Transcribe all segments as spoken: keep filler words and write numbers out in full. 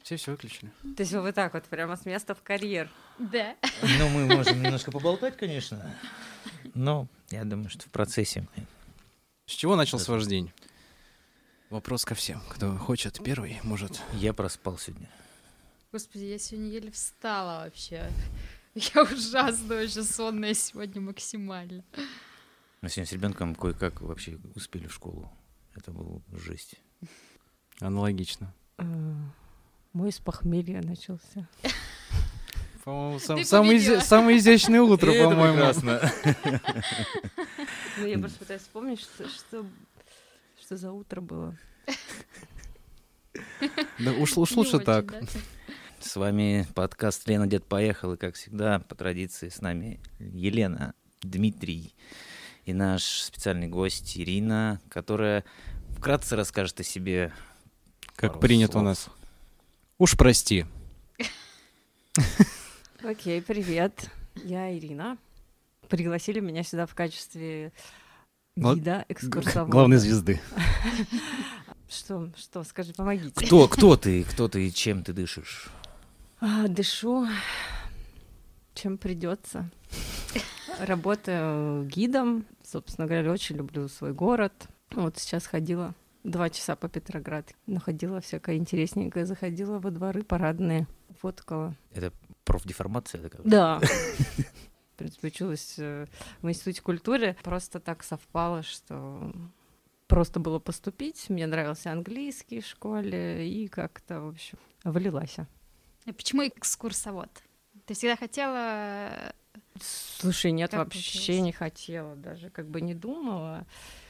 Все, все выключили. То есть вы так вот прямо с места в карьер. Да. Ну, мы можем немножко поболтать, конечно, но я думаю, что в процессе мы... С чего начался ваш день? Вопрос ко всем. Кто хочет первый, может. Я проспал сегодня. Господи, я сегодня еле встала вообще. Я ужасно вообще сонная сегодня максимально. Мы сегодня с ребенком кое-как вообще успели в школу. Это была жесть. Аналогично. Мой с похмелья начался. По-моему, сам, Ты самое, победила. изи- самое изящное утро, Это по-моему. прекрасно. Ну, я просто пытаюсь вспомнить, что, что, что за утро было. Да уж, уж Не лучше очень, так. да? С вами подкаст «Лена, дед поехал». И, как всегда, по традиции, с нами Елена, Дмитрий и наш специальный гость Ирина, которая вкратце расскажет о себе. Как пару принято слов. у нас. Уж прости. Окей, привет. Я Ирина. Пригласили меня сюда в качестве Гла- гида, экскурсовода. Главной звезды. Что, что, скажи, помогите. Кто, кто ты, кто ты и чем ты дышишь? А, дышу, чем придется. Работаю гидом. Собственно говоря, очень люблю свой город. Вот сейчас ходила два часа по Петрограду. Находила всякое интересненькое. Заходила во дворы парадные. Фоткала. Это профдеформация такая? Да. В принципе, училась э, в Институте культуры. Просто так совпало, что просто было поступить. Мне нравился английский в школе. И как-то, в общем, влилась. А почему экскурсовод? Ты всегда хотела... Слушай, нет, Как вообще получилось? не хотела, даже как бы не думала.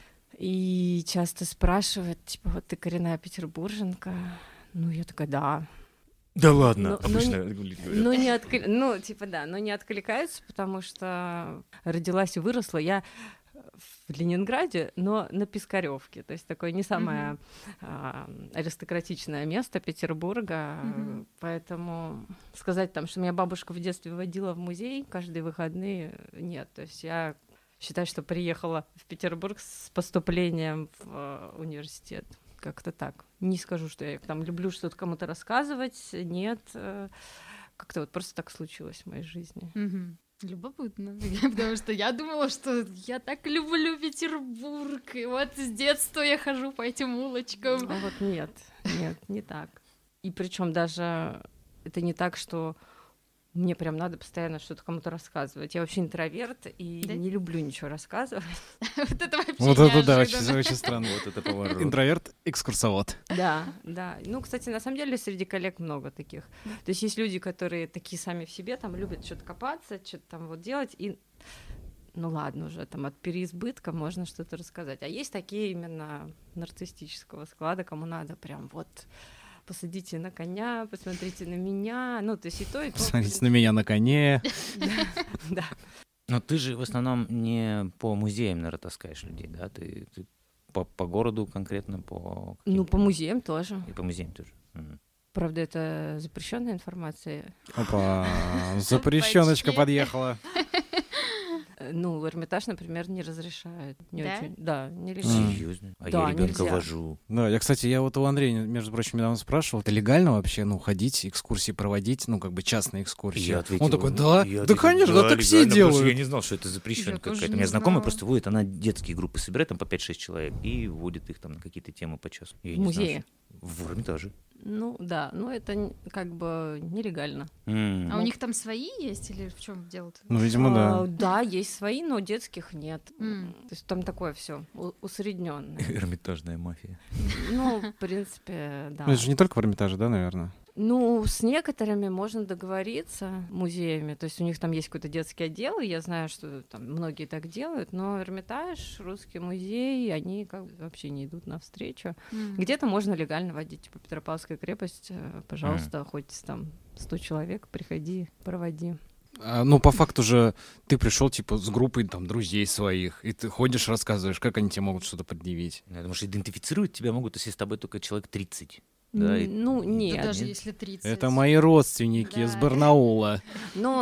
И часто спрашивают, типа, вот ты коренная петербурженка? Ну, я такая, да. Да ладно, Ну, ну, обычно не- говорят. Ну, не откли... ну, типа, да, но не откликаются, потому что родилась и выросла я в Ленинграде, но на Пискарёвке, то есть такое не самое Мгм. а, аристократичное место Петербурга, Мгм. поэтому сказать там, что меня бабушка в детстве водила в музей каждые выходные, нет, то есть я считаю, что приехала в Петербург с поступлением в э, университет. Как-то так. Не скажу, что я там люблю что-то кому-то рассказывать. Нет. э, Как-то вот просто так случилось в моей жизни. Мгм. Любопытно, потому что я думала, что я так люблю Петербург, и вот с детства я хожу по этим улочкам. А вот нет, нет, не так. И причем даже это не так, что мне прям надо постоянно что-то кому-то рассказывать. Я вообще интроверт и Да? не люблю ничего рассказывать. Вот это вообще Вот это да, очень, неожиданно. очень странно. Вот это поворот. Интроверт, экскурсовод. Да, да. Ну, кстати, на самом деле среди коллег много таких. То есть есть люди, которые такие сами в себе, там любят что-то копаться, что-то там вот делать, и ну ладно уже, там от переизбытка можно что-то рассказать. А есть такие именно нарциссического склада, кому надо прям вот посадите на коня, посмотрите на меня, ну, то есть и то, и то. Посмотрите на меня на коне. Да. Но ты же в основном не по музеям, наверное, таскаешь людей, да? Ты, ты по, по городу конкретно, по... Ну, каким-то- по музеям тоже. И по музеям тоже. Мгм. Правда, это запрещенная информация. Опа, запрещеночка Почти. подъехала. Э, Ну, Эрмитаж, например, не разрешает. Не Да? очень. Да, не М. разрешает. Серьезно? А Да, я ребенка нельзя. вожу. Да, я, кстати, я вот у Андрея, между прочим, недавно спрашивал, это легально вообще, ну, ходить, экскурсии проводить, ну, как бы частные экскурсии? Я ответил, Он такой, да, я да, ответил, конечно, да, так все легально, потому что делают. Я не знал, что это запрещено Я тоже какая-то. У не меня знакомая знала. просто водит, она детские группы собирает, там по пять-шесть человек, и вводит их там на какие-то темы по часу. Я В не знал, музее. что- В Эрмитаже. Ну, да, но это н- как бы нелегально. М. А у них там свои есть или в чем дело-то? Ну, видимо, А, да. Да, есть свои, но детских нет. М. То есть там такое все усредненное. Эрмитажная мафия. Ну, в принципе, да. Ну, это же не только в Эрмитаже, да, наверное? Ну, с некоторыми можно договориться музеями. То есть у них там есть какой-то детский отдел, и я знаю, что там многие так делают, но Эрмитаж, Русский музей, они как бы вообще не идут навстречу. М. Где-то можно легально водить, типа Петропавловская крепость, э, пожалуйста, хоть там сто человек, приходи, проводи. А, ну, по факту же ты пришел, типа, с группой, там, друзей своих, и ты ходишь, рассказываешь, как они тебе могут что-то предъявить. Я думаю, что идентифицировать тебя могут, если с тобой только человек тридцать. Да, и- Н- ну, и- Да нет. даже нет. если тридцать. Это мои родственники из Да. Барнаула. Но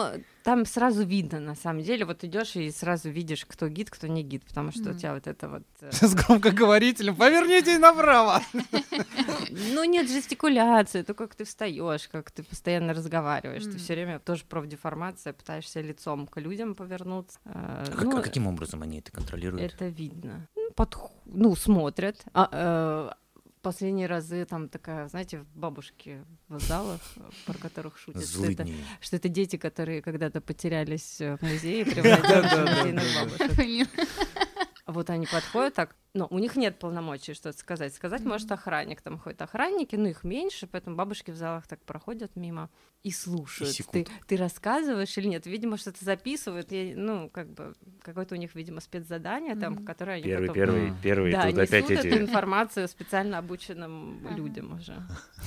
там сразу видно, на самом деле, вот идешь и сразу видишь, кто гид, кто не гид, потому что mm. у тебя вот это вот... С громкоговорителем, повернитесь направо! Ну, нет жестикуляции, то, как ты встаешь, как ты постоянно разговариваешь, mm. ты все время тоже профдеформация, пытаешься лицом к людям повернуться. А, ну, а каким образом они это контролируют? Это видно. Подх... Ну, смотрят. А, э, последние разы там такая, знаете, бабушки в залах, про которых шутят, что это, что это дети, которые когда-то потерялись в музее, превратились в музейных бабушек. Вот они подходят так, но у них нет полномочий что-то сказать. Сказать mm-hmm. может охранник, там ходят охранники, но их меньше, поэтому бабушки в залах так проходят мимо и слушают. И ты, ты рассказываешь или нет? Видимо, что-то записывают. Я, ну, как бы, какое-то у них, видимо, спецзадание, mm-hmm. там, которое они первый, потом... Первый, mm-hmm. первый, да, тут опять эти... эту информацию специально обученным uh-huh. людям уже.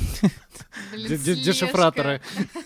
Дешифраторы.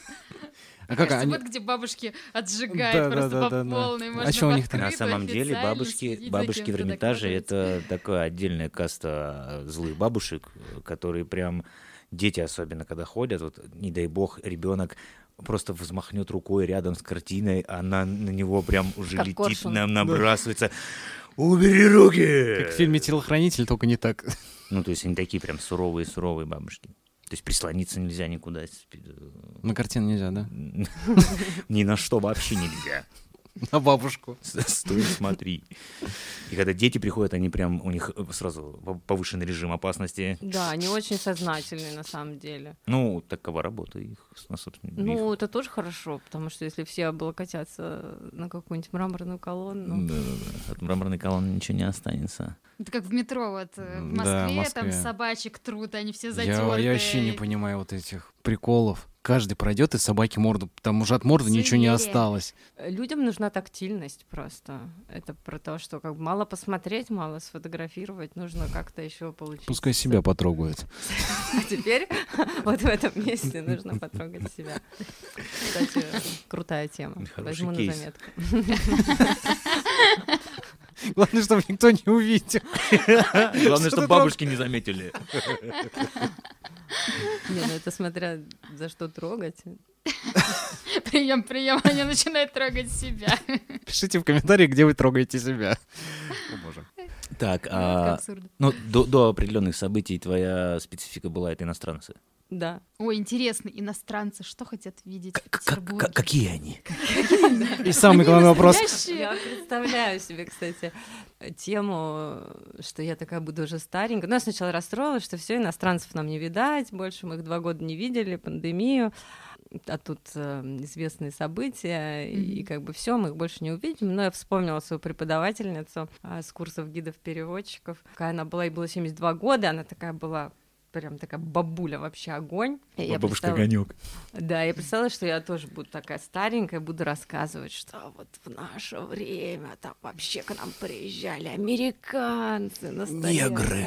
А как они... Вот где бабушки отжигают да, просто да, да, по полной. Да, да. А что у них там? На самом деле бабушки, бабушки в Эрмитаже — это такая отдельная каста злых бабушек, которые прям, дети особенно, когда ходят, вот, не дай бог, ребенок просто взмахнет рукой рядом с картиной, она на него прям уже как летит, нам набрасывается. Убери руки! Как в фильме «Телохранитель», только не так. Ну, то есть они такие прям суровые-суровые бабушки. То есть прислониться нельзя никуда. На картину нельзя, да? Ни на что вообще нельзя. На бабушку. Стой, смотри. И когда дети приходят, они прям, у них сразу повышенный режим опасности. Да, они очень сознательные на самом деле. Ну, такова работа их, собственно. Ну, их. Это тоже хорошо, потому что если все облокотятся на какую-нибудь мраморную колонну... Да-да-да, от мраморной колонны ничего не останется. Это как в метро, вот в Москве, да, в Москве. Там собачек трут, они все затёртые. Я, я вообще не понимаю вот этих приколов. Каждый пройдет и собаке морду, там уже от морды ничего не осталось. Людям нужна тактильность просто. Это про то, что как бы мало посмотреть, мало сфотографировать, нужно как-то еще получить. Пускай себя потрогают. А теперь вот в этом месте нужно потрогать себя. Кстати, крутая тема. Возьму на заметку. Главное, чтобы никто не увидел. Главное, чтобы бабушки не заметили. Не, ну это смотря за что трогать. Прием, прием, они начинают трогать себя. Пишите в комментариях, где вы трогаете себя. О, боже. Так, а, ну, до, до определенных событий твоя специфика была это иностранцы. Да. Ой, интересно, иностранцы что хотят видеть в Петербурге? Какие они? И самый главный вопрос. Я представляю себе, кстати, тему, что я такая буду уже старенькая. Ну, я сначала расстроилась, что все иностранцев нам не видать, больше мы их два года не видели, пандемию, а тут э, известные события, mm-hmm. и как бы все, мы их больше не увидим. Но я вспомнила свою преподавательницу э, с курсов гидов-переводчиков, какая она была, ей было семьдесят два года, она такая была прям такая бабуля, вообще огонь. Бабушка-огонёк. Да, я представила, что я тоже буду такая старенькая, буду рассказывать, что вот в наше время там вообще к нам приезжали американцы, настоящие. Негры.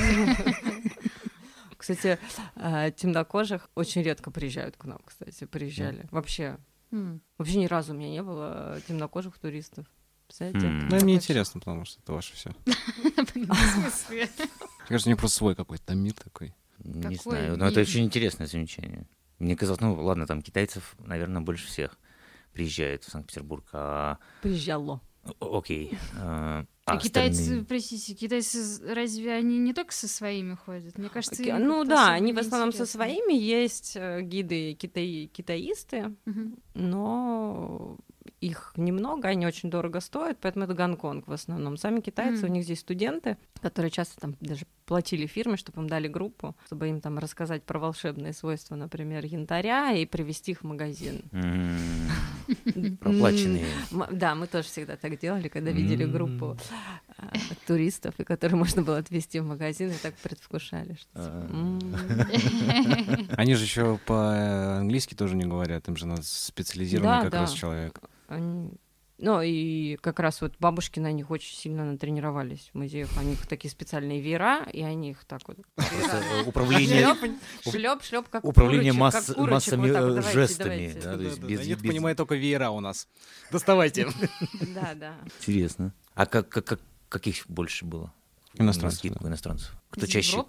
Кстати, темнокожих очень редко приезжают к нам, кстати, приезжали. Вообще, вообще ни разу у меня не было темнокожих туристов. Представляете? Ну, мне интересно, потому что это ваше все. Мне кажется, у меня просто свой какой-то там мир такой. Не знаю, но это очень интересное замечание. Мне казалось, ну ладно, там китайцев, наверное, больше всех приезжает в Санкт-Петербург. А... Приезжало. Окей. А, а китайцы, остальные... простите, китайцы разве они не только со своими ходят? Мне кажется, okay. Ну да, они в основном интересно. Со своими, есть гиды китай... китаисты, uh-huh. но их немного, они очень дорого стоят, поэтому это Гонконг в основном. Сами китайцы, mm. у них здесь студенты, которые часто там даже платили фирме, чтобы им дали группу, чтобы им там рассказать про волшебные свойства, например, янтаря, и привезти их в магазин. Проплаченные. Да, мы тоже всегда так делали, когда видели группу туристов, и которые можно было отвезти в магазин, и так предвкушали, что... Они же еще по-английски тоже не говорят, им же надо специализированный как раз человек. Они... Ну, и как раз вот бабушки на них очень сильно натренировались в музеях. У них такие специальные веера, и они их так вот... Управление... Шлёп-шлёп, как Управление массами, жестами. Я понимаю, только веера у нас. Доставайте. Да, да. Интересно. А каких больше было? Иностранцев. Иностранцев. Кто чаще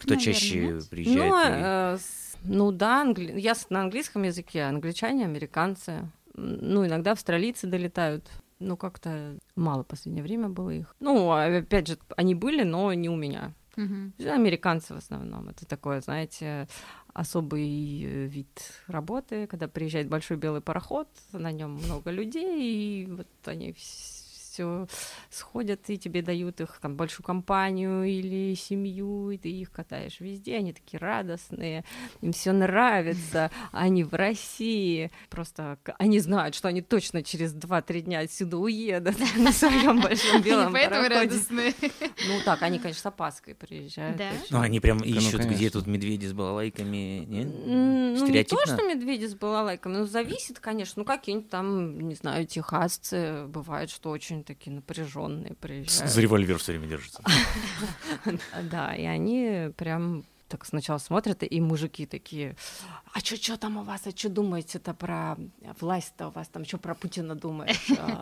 приезжает? Ну да, я на английском языке, англичане, американцы. Ну, иногда австралийцы долетают. Ну, как-то мало в последнее время было их. Ну, опять же, они были, но не у меня. Мгм. Американцы в основном. Это такое, знаете, особый э, вид работы, когда приезжает большой белый пароход, на нем много людей, и вот они все сходят, и тебе дают их там большую компанию или семью, и ты их катаешь везде, они такие радостные, им все нравится, они в России, просто к- они знают, что они точно через два-три дня отсюда уедут на своем большом Они белом поэтому пароходе. радостные. Ну так, они, конечно, с опаской приезжают. Да? очень. Ну, они прям Ну, ищут, где конечно. тут медведи с балалайками, не? М, Ну, не то, Стереотипно? что медведи с балалайками, ну, зависит, конечно. Ну, какие-нибудь там, не знаю, техасцы, бывает, что очень такие напряженные приезжают. За револьвер все время держится. Да, и они прям так сначала смотрят, и мужики такие, а чё, чё там у вас, а чё думаете-то про власть-то у вас, там что про Путина думаешь? А,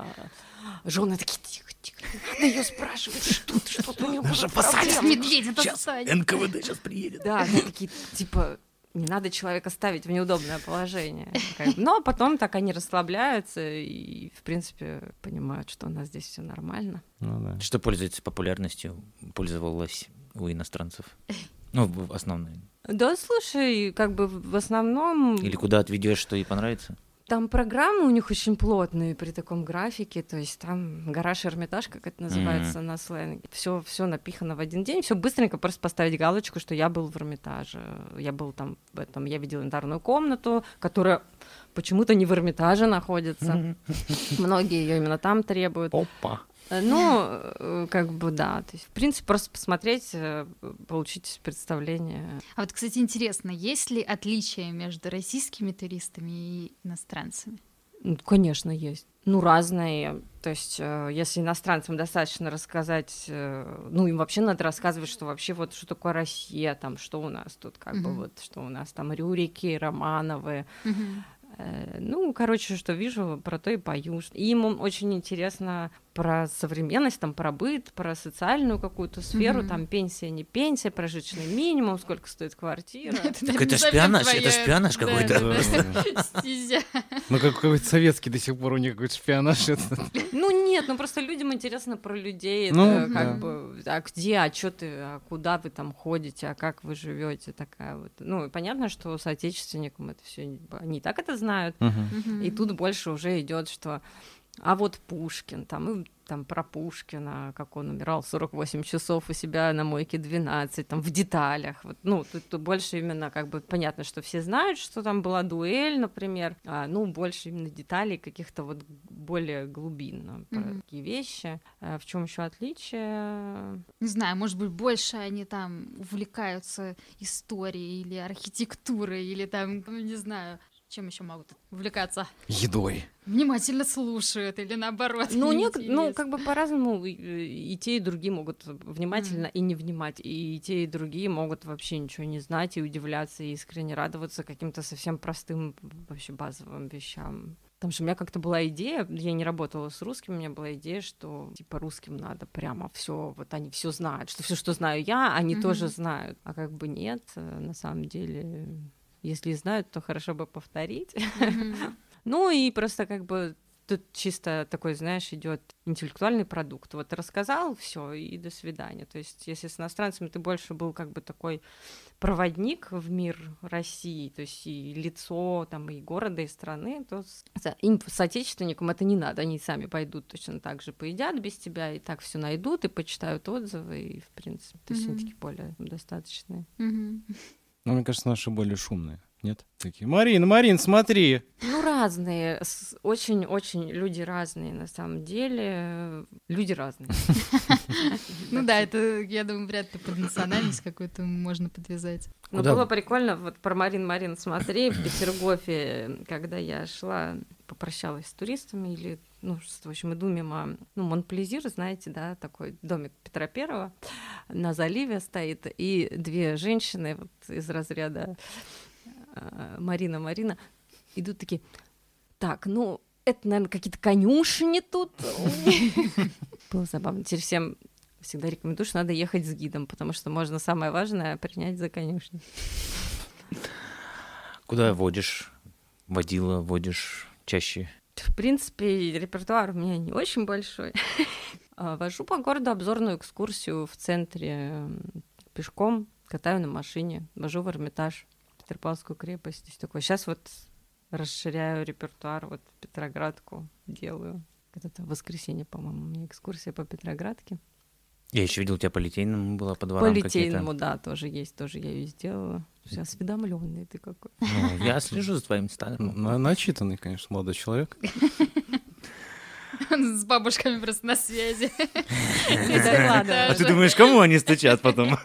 Жены такие, тихо, тихо, не надо ее спрашивать, что ты, что ты, у него Наша проблемы». посадят. Медведь, это Сейчас отстань. эн ка вэ дэ сейчас приедет. Да, они такие, типа, не надо человека ставить в неудобное положение. Как бы. Но потом так они расслабляются и, в принципе, понимают, что у нас здесь все нормально. Ну да. Что пользуется популярностью, пользовалась у иностранцев? Ну, в- основной. Да, слушай, как бы в основном Или куда отведешь, что ей понравится? там программы у них очень плотные при таком графике, то есть там гараж Эрмитаж, как это называется на сленге. Все, все напихано в один день, все быстренько просто поставить галочку, что я был в Эрмитаже, я был там в этом, я видел янтарную комнату, которая почему-то не в Эрмитаже находится. Многие ее именно там требуют. Опа. Э, Ну, э, как бы да, то есть в принципе просто посмотреть, э, получить представление. А вот, кстати, интересно, есть ли отличия между российскими туристами и иностранцами? Ну, конечно, есть. Ну, разные. То есть, э, если иностранцам достаточно рассказать, э, ну, им вообще надо рассказывать, что вообще вот что такое Россия, там, что у нас тут, как бы Мгм. вот, что у нас там Рюрики, Романовы. Мгм. Э, Ну, короче, что вижу, про то и пою. И им очень интересно про современность, там, про быт, про социальную какую-то сферу, Мгм. там, пенсия, не пенсия, прожиточный минимум, сколько стоит квартира. Это, Так наверное, это совсем шпионаж, твоя- это шпионаж да, какой-то. да, Да. да. Стезя. Ну, как какой-то советский до сих пор у них какой-то шпионаж. это. Ну нет, ну просто людям интересно про людей, Ну, это как да. бы, а где, а что ты, а куда вы там ходите, а как вы живете, такая вот. Ну, и понятно, что соотечественникам это все, они и так это знают, Мгм. Мгм. и тут больше уже идет, что, а вот Пушкин, там, и там про Пушкина, как он умирал сорок восемь часов у себя на мойке двенадцать, там в деталях. Вот, ну, тут, тут больше именно как бы понятно, что все знают, что там была дуэль, например, а, ну, больше именно деталей каких-то вот более глубинно про Мгм. такие вещи. А в чем еще отличие? Не знаю, может быть, больше они там увлекаются историей или архитектурой, или там, ну, не знаю, чем еще могут увлекаться. Едой. Внимательно слушают или наоборот. Ну, не нек- ну, интересно. как бы по-разному и, и те, и другие могут внимательно и не внимать, и те, и другие могут вообще ничего не знать и удивляться, и искренне радоваться каким-то совсем простым, вообще базовым вещам. Потому что у меня как-то была идея, я не работала с русским, у меня была идея, что типа русским надо прямо все, вот они все знают, что все, что знаю я, они Мгм. тоже знают. А как бы нет, э, на самом деле, если и знают, то хорошо бы повторить. Мгм. Ну и просто как бы тут чисто такой, знаешь, идет интеллектуальный продукт. Вот рассказал, все, и до свидания. То есть, если с иностранцами ты больше был как бы такой проводник в мир России, то есть и лицо там и города, и страны, то с, за- им, соотечественникам это не надо. Они сами пойдут точно так же, поедят без тебя, и так все найдут, и почитают отзывы, и в принципе, то есть они Мгм. такие более достаточные. Мгм. Ну, мне кажется, наши более шумные. Нет? Такие, Марин, Марин, смотри. Ну, разные, с- очень-очень люди разные на самом деле, люди разные. Ну да, это, я думаю, вряд ли под национальность какую-то можно подвязать. Ну, Куда было вы? прикольно, вот про Марин, Марин, смотри, в Петергофе, когда я шла, попрощалась с туристами, или, ну, с- в общем, иду мимо, ну, Монплезир, знаете, да, такой домик Петра Первого на заливе стоит, и две женщины вот из разряда э, Марина, Марина идут такие, так, ну, это, наверное, какие-то конюшни тут. Было забавно. Теперь всем всегда рекомендую, что надо ехать с гидом, потому что можно самое важное принять за конюшню. Куда водишь? Водила, водишь чаще? В принципе, репертуар у меня не очень большой. Вожу по городу обзорную экскурсию в центре пешком, катаю на машине, вожу в Эрмитаж, Петропавловскую крепость. То есть такое. Сейчас вот расширяю репертуар, вот Петроградку делаю. Это воскресенье, по-моему, у меня экскурсия по Петроградке. Я еще видел, у тебя по Литейному была по дворам По какие-то. Литейному, да, тоже есть, тоже я ее сделала. Все осведомленный ты какой. Ну, я слежу за твоим инстаграмом. На- Начитанный, конечно, молодой человек. С бабушками просто на связи. ладно. А ты думаешь, кому они стучат потом?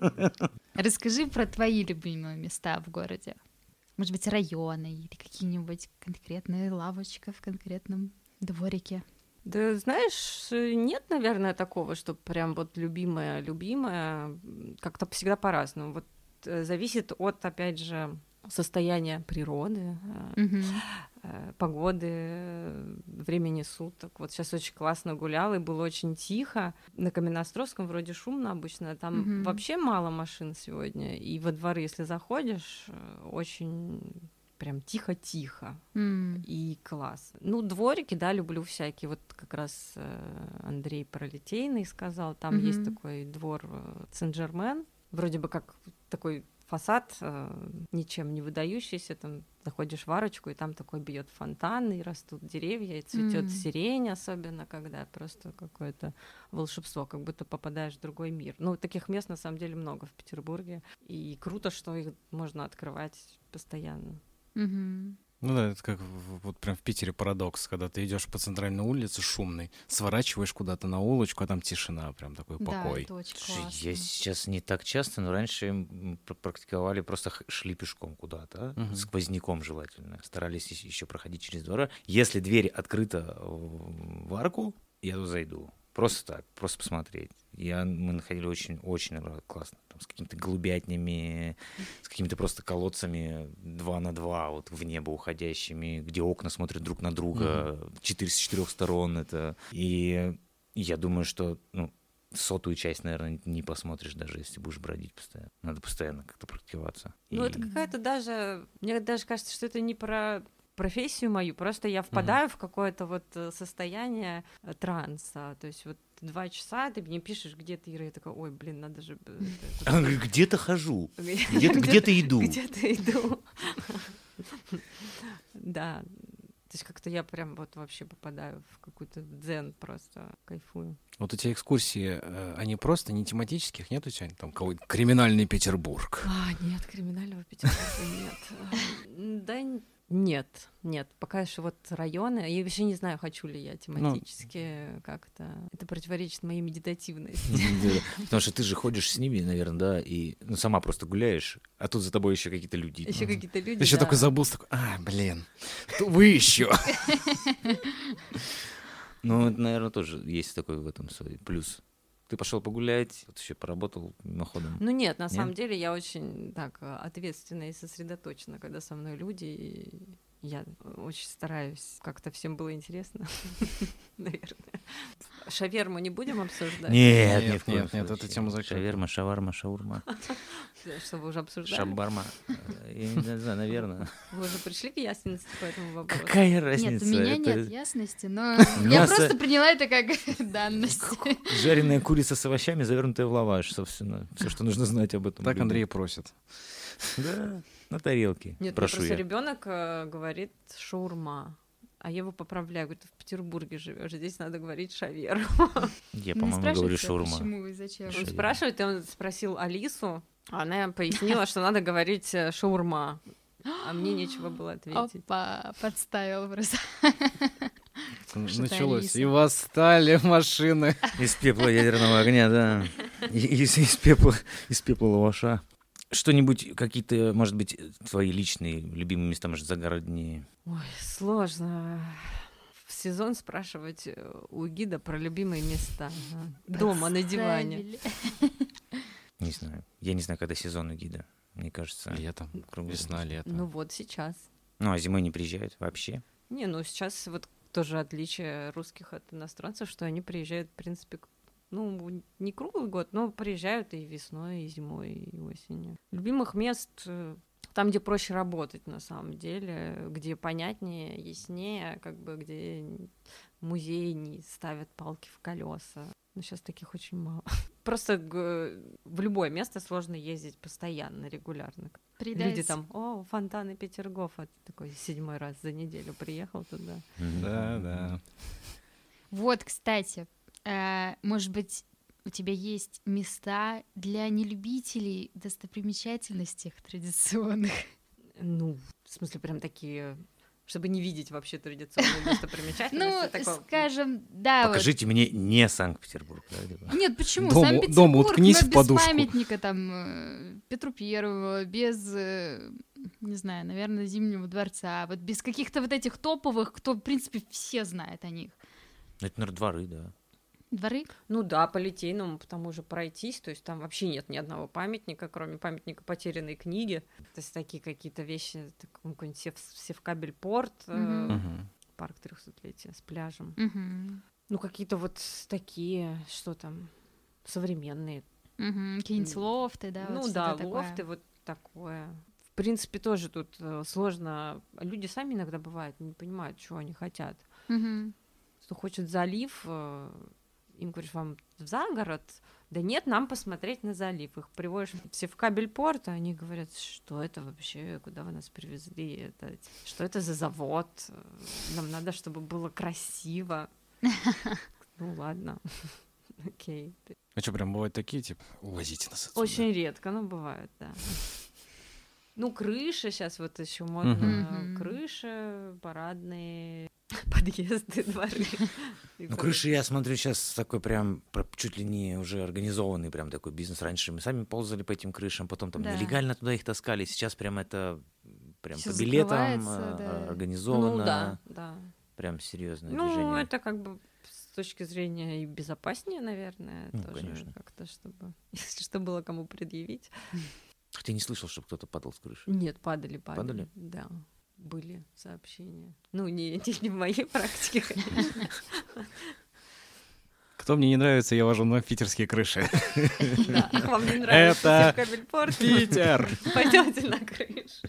Расскажи про твои любимые места в городе. Может быть, районы или какие-нибудь конкретные лавочка в конкретном дворике. Да, знаешь, нет, наверное, такого, что прям вот любимое-любимое. Как-то всегда по-разному. Вот э, зависит от, опять же, состояния природы, э, Мгм. э, погоды, э, времени суток. Вот сейчас очень классно гуляла, и было очень тихо. На Каменноостровском вроде шумно обычно. Там Мгм. вообще мало машин сегодня. И во дворы, если заходишь, э, очень прям тихо-тихо. М. И класс. Ну, дворики, да, люблю всякие. Вот как раз э, Андрей про Литейный сказал. Там Мгм. есть такой двор э, Сен-Жермен. Вроде бы как такой фасад, э, ничем не выдающийся. Там заходишь в арочку, и там такой бьет фонтан, и растут деревья, и цветет М. сирень, особенно когда просто какое-то волшебство, как будто попадаешь в другой мир. Ну, таких мест на самом деле много в Петербурге. И круто, что их можно открывать постоянно. Мгм. Ну да, это как в- вот прям в Питере парадокс, когда ты идешь по центральной улице шумной, сворачиваешь куда-то на улочку, а там тишина, прям такой Да, покой. это очень Слушай, классно. я сейчас не так часто, но раньше м, пр- практиковали, просто х- шли пешком куда-то, а, Мгм. сквозняком желательно. Старались еще проходить через двора. Если дверь открыта в в арку, я туда зайду. Просто так, просто посмотреть. Я, мы находили очень-очень классно. Там, с какими-то голубятнями, с какими-то просто колодцами два на два, вот в небо уходящими, где окна смотрят друг на друга, четыре с четырех сторон. Это. И я думаю, что ну, сотую часть, наверное, не посмотришь, даже если будешь бродить постоянно. Надо постоянно как-то практиковаться. Ну, И- это какая-то даже... Мне даже кажется, что это не про профессию мою, просто я впадаю в какое-то вот э, состояние э, транса. То есть вот два часа ты мне пишешь, где ты, Ира, я такая, ой, блин, надо же... э, это- А, говорю, где-то хожу, Где- где-то, где-то иду. Где-то иду. Да. То есть как-то я прям вот вообще попадаю в какой-то дзен, просто кайфую. Вот эти экскурсии, э, они просто не тематических, нет у тебя там какой-то криминальный Петербург? А, нет, криминального Петербурга нет. А, Да, н- нет, нет. Пока еще вот районы. Я вообще не знаю, хочу ли я тематически как-то. Это противоречит моей медитативности. Да, потому что ты же ходишь с ними, наверное, да, и ну, сама просто гуляешь, а тут за тобой еще какие-то люди. Еще какие-то люди. Еще да. такой забыл, такой, а, блин, вы еще. Ну, это, наверное, тоже есть такой в этом свой плюс. Ты пошел погулять, вот еще поработал мимоходом. Ну нет, на Нет? самом деле я очень так э, ответственна и сосредоточена, когда со мной люди. И я очень стараюсь, как-то всем было интересно, наверное. Шаверму не будем обсуждать? Нет, Нет, ни в коем нет, нет, случае. эта тема закрыта. Шаверма, шаварма, шаурма, Что вы уже обсуждали? шабарма. Э, Я не знаю, наверное. Вы уже пришли к ясности по этому вопросу? Какая Нет, разница? у меня Это нет ясности, но я Мясо- просто приняла это как данность. жареная курица с овощами, завернутая в лаваш, собственно. Все, что нужно знать об этом. Так блюде. Андрей просит. Да, на тарелке. Нет, Прошу просто я. ребенок говорит шаурма. А я его поправляю, говорит, ты в Петербурге живешь, здесь надо говорить шаверма. Я, Не по-моему, говорю спрашивайте, шаурма. почему и зачем. Он Шаверма. спрашивает, и он спросил Алису, а она пояснила, что надо говорить э, шаурма. А мне нечего было ответить. Опа, подставил просто. Что-то Началось. Алиса. И восстали машины. Из пепла ядерного огня, да. И- Из, из пепла, из пепла лаваша. Что-нибудь, какие-то, может быть, твои личные любимые места, может, загороднее? Ой, сложно в сезон спрашивать э, у гида про любимые места. Ага. Дома, на диване. Подставили. Не знаю. Я не знаю, когда сезон у гида. Мне кажется, Лето, круглый весна, год. лето. Ну вот сейчас. Ну, а зимой не приезжают вообще. Не, ну сейчас вот тоже отличие русских от иностранцев, что они приезжают, в принципе, к- ну, не круглый год, но приезжают и весной, и зимой, и осенью. Любимых мест, э, Там, где проще работать, на самом деле, где понятнее, яснее, как бы, где музеи не ставят палки в колеса. Но сейчас таких очень мало. Просто в любое место сложно ездить постоянно, регулярно. Придать. Люди там, о, фонтаны Петергоф, а ты такой седьмой раз за неделю приехал туда. Да, да. Вот, кстати, э, может быть, у тебя есть места для нелюбителей достопримечательностей традиционных? Ну, в смысле, прям такие, чтобы не видеть вообще традиционные достопримечательности. Ну, такое- скажем, да. вот. Покажите мне не Санкт-Петербург. да, типа. Нет, почему? Дом- Санкт-Петербург, дома уткнись но в без подушку. памятника там э, Петру Первому, без, э, не знаю, наверное, Зимнего дворца, вот без каких-то вот этих топовых, кто, в принципе, все знают о них. Ну, это, наверное, дворы, да. Дворы? Ну да, по Литейному, по тому же пройтись, то есть там вообще нет ни одного памятника, кроме памятника потерянной книги. То есть такие какие-то вещи, так, ну, какой-нибудь Сев, Севкабель-порт, э, Мгм. Мгм. парк трехсотлетия с пляжем. Мгм. Ну какие-то вот такие, что там, современные. Мгм. Какие-нибудь М. лофты, да? ну вот да, что-то такое. лофты, вот такое. В принципе, тоже тут э, сложно. Люди сами иногда бывают, не понимают, чего они хотят. Мгм. Кто хочет залив, э, им говоришь, вам за город? Да нет, нам посмотреть на залив. Их приводишь в Севкабель-порт, а они говорят, что это вообще, куда вы нас привезли, это, что это за завод, нам надо, чтобы было красиво. Ну ладно, окей. А что, прям бывают такие, типа, увозите нас отсюда? Очень редко, но бывает, да. Ну, крыши сейчас вот еще модно. Мгм. Крыши, парадные, подъезды, дворы. И Ну, прочее. крыши, я смотрю, сейчас такой прям про- чуть ли не уже организованный прям такой бизнес. Раньше мы сами ползали по этим крышам, потом там Да. нелегально туда их таскали. Сейчас прям это прям Всё по билетам закрывается, а, да. организовано. Ну да, да. Прям серьезное Ну, движение. это как бы с точки зрения и безопаснее, наверное, Ну, тоже конечно. как-то, чтобы, если что, было кому предъявить. Хотя не слышал, чтобы кто-то падал с крыши. Нет, падали, падали. Падали? Да, были сообщения. Ну, не, не, не в моей практике, конечно. Кто мне не нравится, я вожу на питерские крыши. Да, вам не нравится Это Севкабель-порт? Питер! Пойдете на крышу.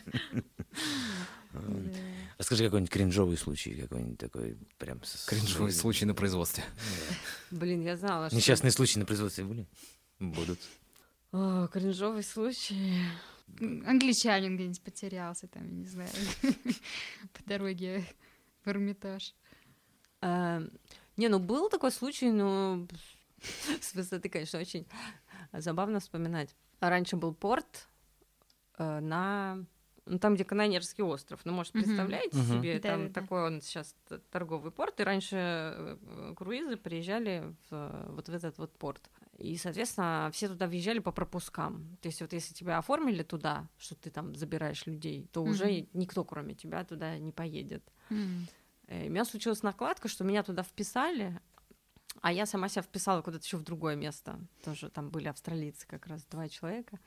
Расскажи какой-нибудь кринжовый случай, какой-нибудь такой прям... с- Кринжовый с- случай на производстве. Блин, я знала, что... Несчастные случаи на производстве были? Будут. О, кринжовый случай. Англичанин где-нибудь потерялся там, я не знаю, по дороге в Эрмитаж. Эм, Не, ну был такой случай, но с высоты, конечно, очень забавно вспоминать. Раньше был порт э, на... Ну, там, где Канонерский остров. Ну, может, Мгм. представляете Мгм. себе, там Да-да-да. такой он сейчас т- торговый порт, и раньше э, круизы приезжали в, вот в этот вот порт. И, соответственно, все туда въезжали по пропускам. То есть вот если тебя оформили туда, что ты там забираешь людей, то уже Мгм. никто, кроме тебя, туда не поедет. М. Э, У меня случилась накладка, что меня туда вписали, а я сама себя вписала куда-то еще в другое место. Тоже там были австралийцы как раз, два человека.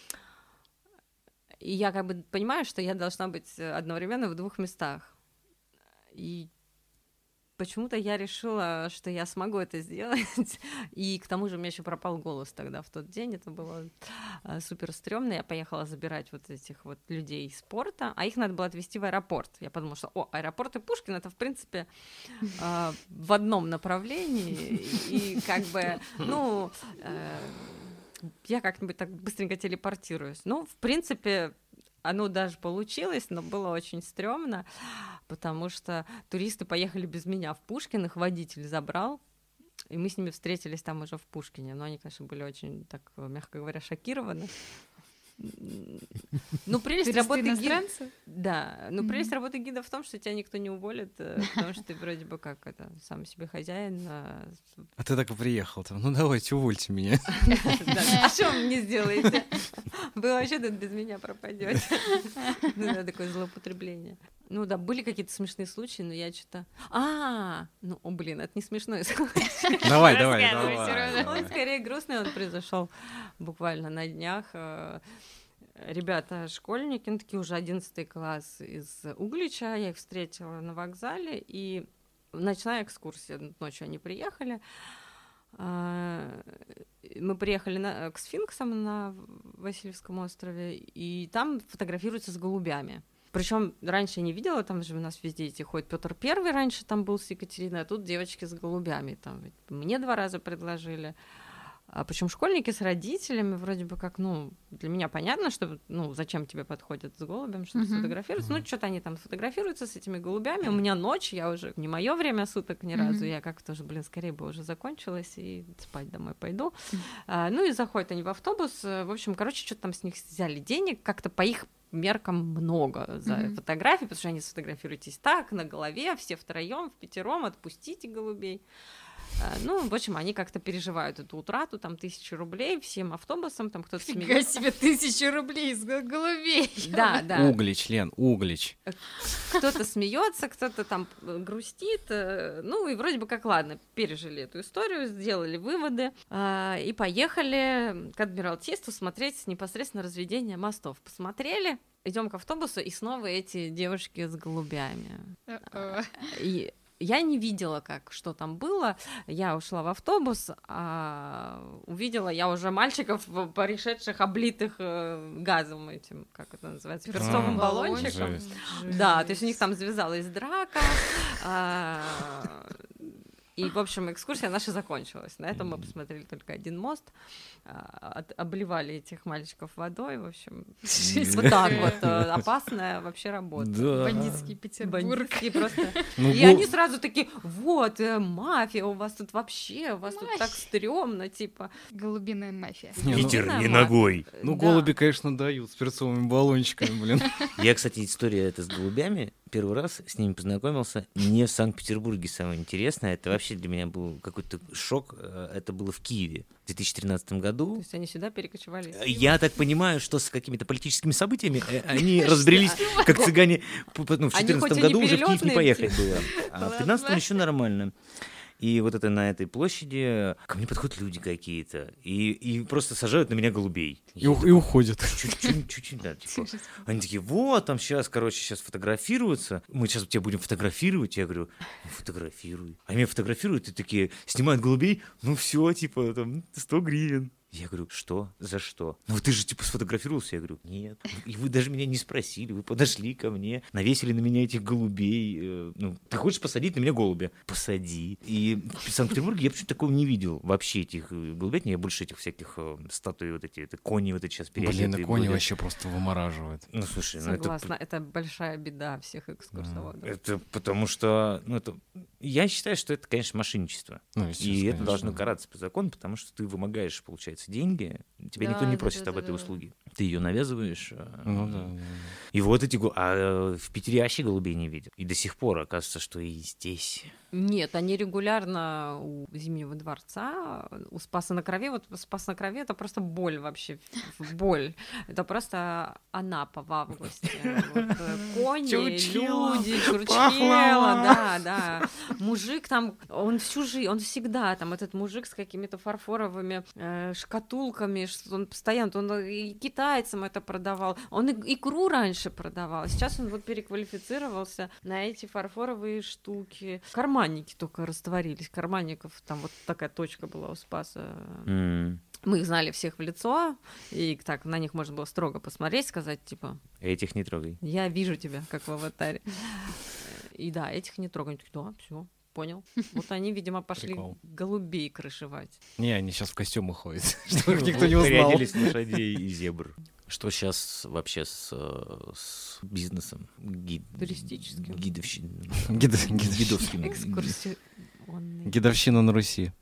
И я как бы понимаю, что я должна быть одновременно в двух местах. И почему-то я решила, что я смогу это сделать. И к тому же у меня еще пропал голос тогда в тот день. Это было а, супер стрёмно. Я поехала забирать вот этих вот людей из порта, а их надо было отвезти в аэропорт. Я подумала, что о, аэропорт и Пушкин это в принципе а, в одном направлении. И, и как бы, ну, э, я как-нибудь так быстренько телепортируюсь. Ну, в принципе, оно даже получилось, но было очень стрёмно, потому что туристы поехали без меня в Пушкин, их водитель забрал, и мы с ними встретились там уже в Пушкине. Но они, конечно, были очень, так, мягко говоря, шокированы. Ну, прелесть Туристы работы гида... иностранцы? Да, ну, Мгм. прелесть работы гида в том, что тебя никто не уволит, э, потому что ты вроде бы как это, сам себе хозяин. а, с- А ты так и приехал там. Ну давайте, увольте меня. Да. А что вы мне сделаете? Вы вообще тут без меня пропадете. Ну, да, такое злоупотребление. Ну да, были какие-то смешные случаи, но я что-то... А, ну, о, блин, это не смешной случай. Давай, давай, Рассказывай, давай. Серёжа. давай. Он скорее грустный, он произошел буквально на днях. Э, Ребята, школьники, ну, такие уже одиннадцатый класс из Углича, я их встретила на вокзале, и ночная экскурсия, ночью они приехали. Мы приехали на, к сфинксам на Васильевском острове, и там фотографируются с голубями. Причем раньше я не видела, там же у нас везде эти ходят. Петр Первый раньше там был с Екатериной, а тут девочки с голубями. Там мне два раза предложили. А причем школьники с родителями, вроде бы как, ну, для меня понятно, что, ну, зачем тебе подходят с голубем, чтобы uh-huh. сфотографироваться. Uh-huh. Ну, что-то они там сфотографируются с этими голубями. У меня ночь, я уже не мое время суток ни разу. Uh-huh. Я как-то уже, блин, скорее бы уже закончилась и спать домой пойду. Uh-huh. А, ну и заходят они в автобус. В общем, короче, что-то там с них взяли денег, как-то по их меркам много за mm-hmm. фотографии, потому что они сфотографируетесь так, на голове, все втроем, в пятером, отпустите голубей. Ну, в общем, они как-то переживают эту утрату, там, тысячи рублей всем автобусом, там кто-то смеется. Фига себе, тысячу рублей из голубей. Да, да. Углич, Лен, Углич. Кто-то смеется, кто-то там грустит, ну, и вроде бы как, ладно, пережили эту историю, сделали выводы и поехали к Адмиралтейству смотреть непосредственно разведение мостов. Посмотрели, идем к автобусу, и снова эти девушки с голубями. И я не видела, как, что там было. Я ушла в автобус, а увидела я уже мальчиков, пришедших, облитых газом этим, как это называется, перцовым а, баллончиком. Жесть. Да, то есть у них там завязалась драка. А, и, в общем, экскурсия наша закончилась. На этом мы посмотрели только один мост, от, обливали этих мальчиков водой, в общем. Вот так вот. Опасная вообще работа. Да. Бандитский Петербург. Бандитский просто. Ну, и бо... они сразу такие, вот, мафия, у вас тут вообще, у вас Мафия. Тут так стрёмно, типа. Голубиная мафия. Питер не ногой. Ну, голуби, конечно, дают с перцовыми баллончиками, блин. Я, кстати, история эта с голубями, первый раз с ними познакомился не в Санкт-Петербурге, самое интересное, это вообще для меня был какой-то шок, это было в Киеве в две тысячи тринадцатом году. То есть они сюда перекочевали? Я так понимаю, что с какими-то политическими событиями они разбрелись, как цыгане, ну, в две тысячи четырнадцатом году уже в Киев не поехать было, а в две тысячи тринадцатом еще нормально. И вот это на этой площади ко мне подходят люди какие-то и, и просто сажают на меня голубей. И, у, и уходят. Чуть-чуть, чуть-чуть, да. Типа. Они такие, вот, там сейчас, короче, сейчас фотографируются. Мы сейчас тебя будем фотографировать. Я говорю, ну, фотографируй. Они меня фотографируют и такие, снимают голубей. Ну все, типа, там, сто гривен. Я говорю, что? За что? Ну ты же типа сфотографировался? Я говорю, нет. И вы даже меня не спросили, вы подошли ко мне, навесили на меня этих голубей. Ну, ты хочешь посадить на меня голубя? Посади. И в Санкт-Петербурге я почему-то такого не видел. Вообще этих голубят, я больше этих всяких статуй, вот эти, это кони вот эти сейчас переодетые. Блин, и кони вообще просто вымораживают. Ну слушай, согласна, ну, это... это большая беда всех экскурсоводов. Это потому что, ну это, я считаю, что это, конечно, мошенничество. Ну, и это должно караться по закону, потому что ты вымогаешь, получается, деньги, тебя да, никто не просит да, об да, этой да. услуге. Ты ее навязываешь. Ну, да, да. И вот эти... А в Питере вообще голубей не видел. И до сих пор оказывается, что и здесь... Нет, они регулярно у Зимнего дворца, у Спаса на Крови. Вот Спас на Крови — это просто боль вообще, боль. Это просто Анапа в августе. Вот, кони, люди, чурчхела, да, да. Мужик там, он всю жизнь, он всегда там, этот мужик с какими-то фарфоровыми э, шкатулками, что он постоянно, он и китайцам это продавал, он и, икру раньше продавал, сейчас он вот переквалифицировался на эти фарфоровые штуки. Карманники только растворились, карманников, там вот такая точка была у Спаса. Mm. Мы их знали всех в лицо, и так на них можно было строго посмотреть, сказать, типа... Этих не трогай. Я вижу тебя, как в «Аватаре». И да, этих не трогай. Да, все. Понял. Вот они, видимо, пошли Прикол. голубей крышевать. Не, они сейчас в костюмы ходят, чтобы их никто не узнал. Переоделись лошадей и зебр. Что сейчас вообще с, с бизнесом? Гид... Туристическим. Гидовщиной. Гид... Гидовским. Экскурсионный. Гидовщина на Руси.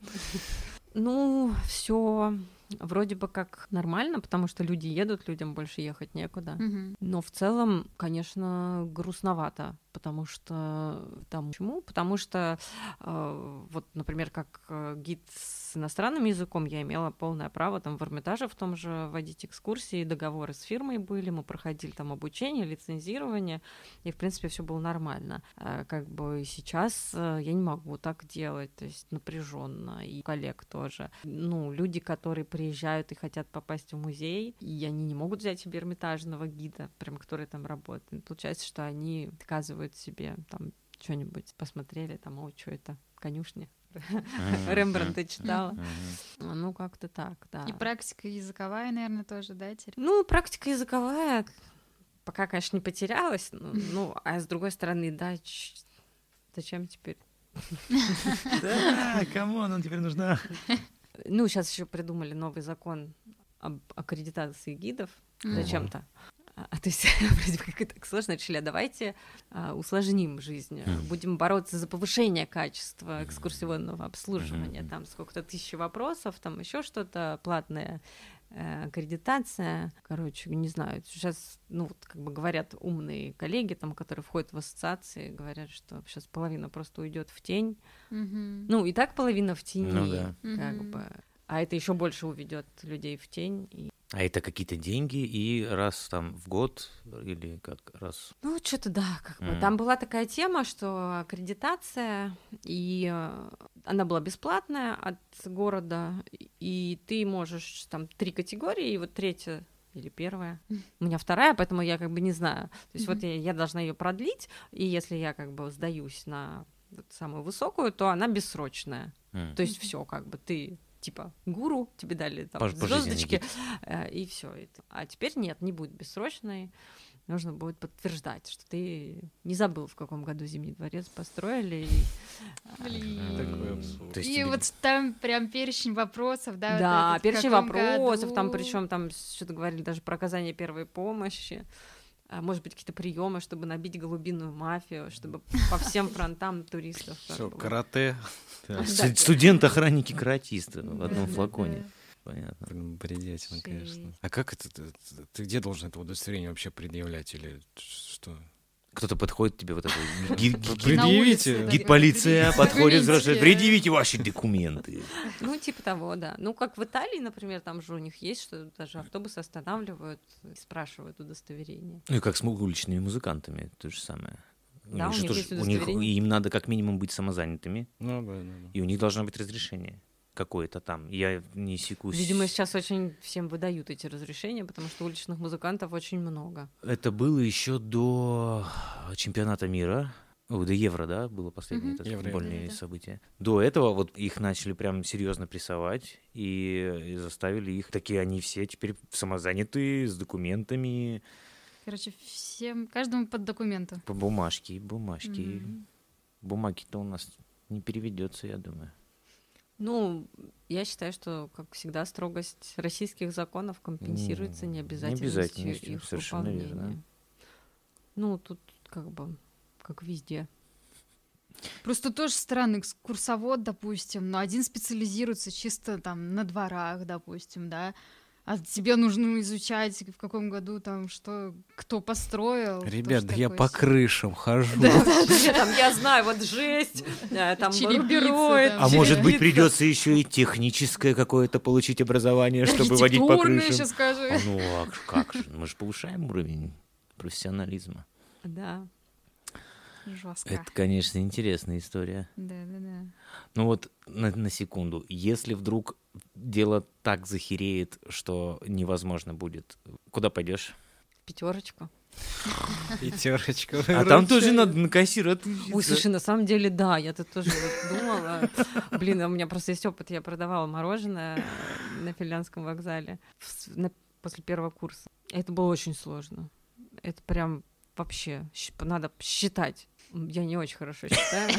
Ну, все вроде бы как нормально, потому что люди едут, людям больше ехать некуда. Mm-hmm. Но в целом, конечно, грустновато, потому что... Там, почему? Потому что, э, вот, например, как э, гид с иностранным языком, я имела полное право там в Эрмитаже в том же водить экскурсии, договоры с фирмой были, мы проходили там обучение, лицензирование, и, в принципе, все было нормально. Э, как бы сейчас э, я не могу так делать, то есть напряженно, и коллег тоже. Ну, люди, которые приезжают и хотят попасть в музей, и они не могут взять себе эрмитажного гида, прям который там работает. Получается, что они отказывают себе там что-нибудь, посмотрели, там, о, что это, конюшня, Рембрандта читала. Ну, как-то так, да. И практика языковая, наверное, тоже, да, теперь? Ну, практика языковая пока, конечно, не потерялась, ну, ну а с другой стороны, да, ч- зачем теперь? Да, кому она теперь нужна? Ну, сейчас еще придумали новый закон об аккредитации гидов зачем-то. А, то есть, вроде бы как и так сложно, решили, а давайте а, усложним жизнь, будем бороться за повышение качества экскурсионного обслуживания, там сколько-то тысяч вопросов, там еще что-то платное, э, аккредитация, короче, не знаю, сейчас, ну, вот, как бы говорят умные коллеги, там, которые входят в ассоциации, говорят, что сейчас половина просто уйдет в тень, Мгм. ну, и так половина в тени, Ну да. как Мгм. бы, а это еще больше уведет людей в тень, и А это какие-то деньги, и раз там в год, или как раз... ну, что-то да, как бы. Мгм. Там была такая тема, что аккредитация, и э, она была бесплатная от города, и ты можешь там три категории, и вот третья или первая. У меня вторая, поэтому я как бы не знаю. То есть вот я, я должна ее продлить, и если я как бы сдаюсь на вот самую высокую, то она бессрочная. М. То есть все, как бы ты типа гуру, тебе дали там Пож- пожизненный звездочки, гид. э, и все. А теперь нет, не будет бессрочной. Нужно будет подтверждать, что ты не забыл, в каком году Зимний дворец построили. и, а, Блин. Такой абсурд. То есть И тебе- вот там прям перечень вопросов, да? вот Да, этот, в перечень каком вопросов, там году. причем там что-то говорили даже про оказание первой помощи. А, может быть, какие-то приемы, чтобы набить голубиную мафию, чтобы по всем фронтам туристов. как Все, бы. карате. Да. Ст- Студент-охранники-каратисты в одном Да, флаконе. да. Понятно. Блин, бредятина, конечно. Жесть. А как это? Ты, ты где должен это удостоверение вообще предъявлять или что? Кто-то подходит к тебе вот такой, гид, гид- гид- Предъявите. улице, гид да. полиция подходит, Документики. спрашивает, предъявите ваши документы. Ну, типа того, да. Ну, как в Италии, например, там же у них есть, что даже автобусы останавливают и спрашивают удостоверение. Ну и как с му- уличными музыкантами, то же самое. Да, них у же них тоже- есть у них удостоверение. им надо как минимум быть самозанятыми, Ну, да, да, да. и у них должно быть разрешение какое-то там. Я не секусь. Видимо, сейчас очень всем выдают эти разрешения, потому что уличных музыкантов очень много. Это было еще до чемпионата мира. О, до Евро, да, было последнее Мгм. это Евро, футбольные да-да-да. события. До этого вот их начали прям серьезно прессовать и, и заставили их, такие они все теперь самозанятые, с документами, Короче, всем, каждому под документу. по бумажке, бумажки. Мгм. Бумаги-то у нас не переведется, я думаю. Ну, я считаю, что, как всегда, строгость российских законов компенсируется М, необязательностью необязательностью, их совершенно верно, выполнения. Ну, тут как бы как везде. Просто тоже странный экскурсовод, допустим, но один специализируется чисто там на дворах, допустим, да, а тебе нужно изучать, в каком году там что, кто построил. Ребят, да тоже я такое по себе. крышам хожу. Там, я знаю, вот жесть, э, там Черепица, рубероид. там. А может быть, черепица. придется еще и техническое какое-то получить образование, чтобы водить по Архитектурные крышам. еще скажи. А ну, а как же? Мы же повышаем уровень профессионализма. Да. Жестко. Это, конечно, интересная история. Да, да, да. Ну вот на, на секунду, если вдруг дело так захереет, что невозможно будет, куда пойдешь? Пятерочку. Пятерочка. А там тоже надо на кассира Ой, отучиться. слушай, на самом деле, да, я тут тоже вот думала. Блин, у меня просто есть опыт, я продавала мороженое на Финляндском вокзале в с- на- после первого курса. Это было очень сложно. Это прям вообще щ- надо считать. М, Я не очень хорошо считаю.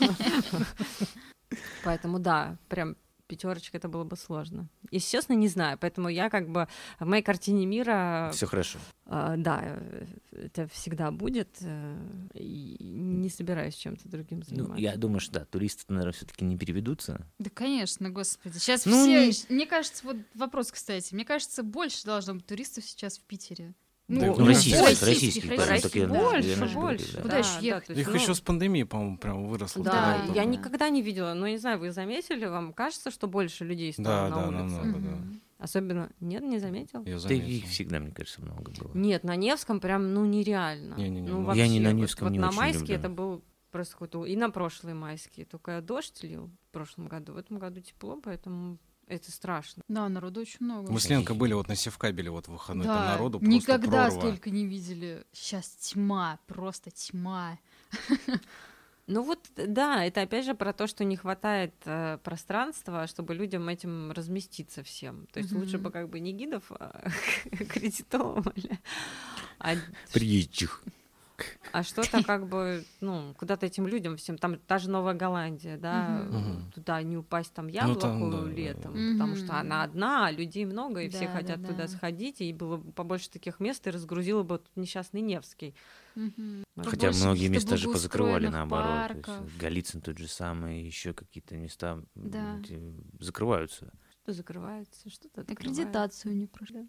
Поэтому да, прям пятерочка это было бы сложно. Если честно, не знаю. Поэтому я как бы в моей картине мира Все хорошо. а, да, э, это всегда будет. э, И не собираюсь чем-то другим Ну, заниматься. я думаю, что да, туристы, наверное, все-таки не переведутся. Да, конечно, господи. Сейчас Ну, все... не- Мне кажется, вот вопрос, кстати. Мне кажется, больше должно быть туристов сейчас в Питере. Да, Ну, ну, российских, российских, российских, российских. поэтому так я- больше, я же говорю, больше. да. Куда да, еще да, ехать? то есть, Их ну, еще с пандемией, по-моему, прям выросло. Да, вторая я волна. никогда не видела, но не знаю, вы заметили, вам кажется, что больше людей стало Да, на да, улице? намного, да. Мгм. Особенно, нет, не заметил? Я Да заметил. их всегда, мне кажется, много было. Нет, на Невском прям, ну, нереально. Не-не-не, ну, ну, вообще, я не на вот- Невском вот, не на очень майские люблю. это был просто какой-то... И на прошлые майские, только дождь лил в прошлом году. В этом году тепло, поэтому это страшно. Да, народу очень много. Мы с Ленкой были вот на Севкабеле вот в выходной, там Да, народу просто никогда прорва. столько не видели. Сейчас тьма, просто тьма. Ну вот, да, это опять же про то, что не хватает э, пространства, чтобы людям этим разместиться всем. То есть Мгм. лучше бы как бы не гидов а аккредитовывали, а, Приезжих. а что-то как бы, ну, куда-то этим людям всем, там та же Новая Голландия, да, Мгм. Мгм. туда не упасть там Ну, яблоку там, да, да, летом, да. потому что Мгм. она одна, а людей много, и все Да, хотят да, туда да. сходить, и было бы побольше таких мест, и разгрузило бы тут несчастный Невский. Мгм. Хотя Побольше многие каких-то места же позакрывали благоустроенных наоборот. То есть парков. Голицын тот же самый, еще какие-то места м, Да. где закрываются. Что закрывается, что-то открывается. Аккредитацию не прошли.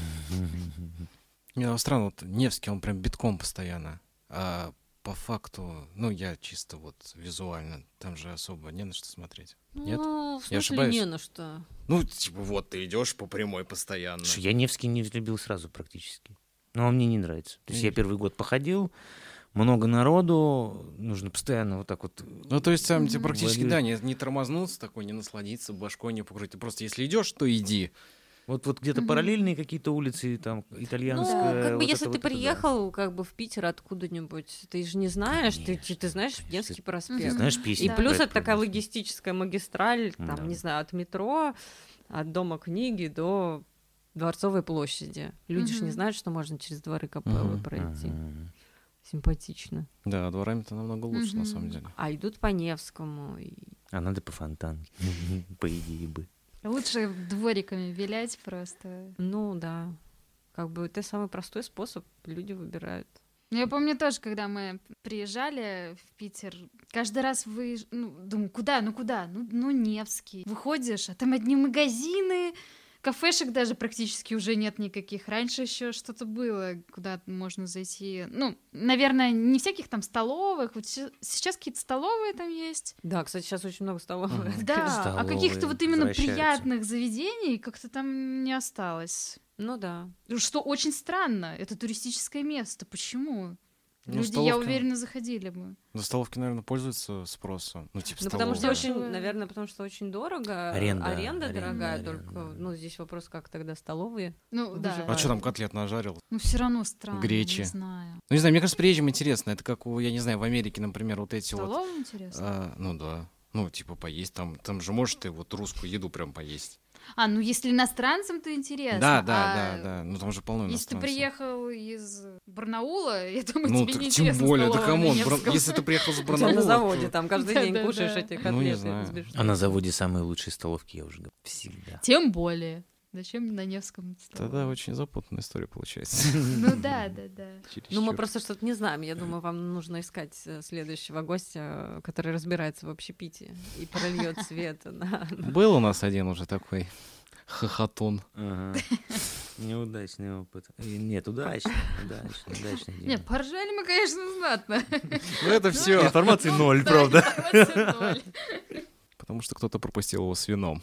Мне странно, вот Невский, он прям битком постоянно. А по факту, ну, я чисто вот визуально, там же особо не на что смотреть. Нет? Ну, в Я смысле, ошибаюсь? не на что. Ну, типа, вот ты идешь по прямой постоянно. Слушай, я Невский не взлюбил сразу практически. Но он мне не нравится. То есть я Мгм. первый год походил, много народу, нужно постоянно вот так вот. Ну, то есть там тебе Мгм. практически, Владимир- да, не, не тормознуться такой, не насладиться, башкой не покрыть. Ты просто если идешь, то иди. Вот, вот где-то Мгм. параллельные какие-то улицы, там, Ну, итальянская. как бы вот если это ты вот это да. приехал как бы в Питер откуда-нибудь, ты же не знаешь, ты, Конечно, ты знаешь конечно. Невский Ты проспект. Мгм. знаешь песни. И Да. плюс про это такая про- логистическая магистраль, там, Да. не знаю, от метро, от Дома книги до Дворцовой площади. Люди же не Мгм. знают, что можно через дворы Капеллы Мгм. пройти. Мгм. Симпатично. Да, дворами-то намного лучше, на Мгм. самом деле. А идут по Невскому. и- А надо по фонтанке, по идее бы. Лучше двориками вилять просто. Ну да. Как бы это самый простой способ, люди выбирают. Ну, я помню тоже, когда мы приезжали в Питер, каждый раз вы, ну, думаю, куда, ну куда, ну, ну Невский. Выходишь, а там одни магазины, кафешек даже практически уже нет никаких. Раньше еще что-то было, куда можно зайти. Ну, наверное, не всяких там столовых. Вот се- сейчас какие-то столовые там есть. Да, кстати, сейчас очень много столовых. Мгм. Да, а Столовые каких-то вот именно возвращаются. приятных заведений как-то там не осталось. Ну да. Что очень странно. Это туристическое место. Почему? Ну, Люди, я столовка- уверена, заходили бы. Но столовки, наверное, пользуются спросом. Ну, типа Ну, потому что столовая. очень, Дешево. наверное, потому что очень дорого. Аренда, Аренда, аренда, дорогая, аренда, только, да. ну, здесь вопрос, как тогда столовые. Ну, да. Выживают. А что там котлет нажарил? Ну, все равно странно, Гречи. не знаю. Ну, не знаю, мне кажется, приезжим интересно. Это как, у, я не знаю, в Америке, например, вот эти вот... Столовым интересно. а, ну, да. Ну, типа, поесть там. Там же можешь ты вот русскую еду прям поесть. А, ну если иностранцам, то интересно. Да, да, а да, да. Ну, там же полно Если ты иностранцев. приехал из Барнаула, я думаю, Ну, тебе так не тем интересно более, да столовая на камон, Невском. Бра- если ты приехал с У тебя на Барнаула, заводе то- там каждый Да, день да, кушаешь да. эти Ну, не котлеты знаю. с А бифштексом. на заводе самые лучшие столовки, я уже говорю, всегда. Тем более. Зачем на Невском столовая? Тогда очень запутанная история получается. Ну да, да, да. Ну, мы Чересчур. просто что-то не знаем. Я думаю, вам нужно искать э, следующего гостя, э, который разбирается в общепите и прольет свет на... Был у нас один уже такой хохотун. Ага. Неудачный опыт. Э, Нет, удачный, удачный, удачный. Не, поржали мы, конечно, знатно. Ну, это все. Информации ноль, Да, правда. информации ноль. Потому что кто-то пропустил его с вином.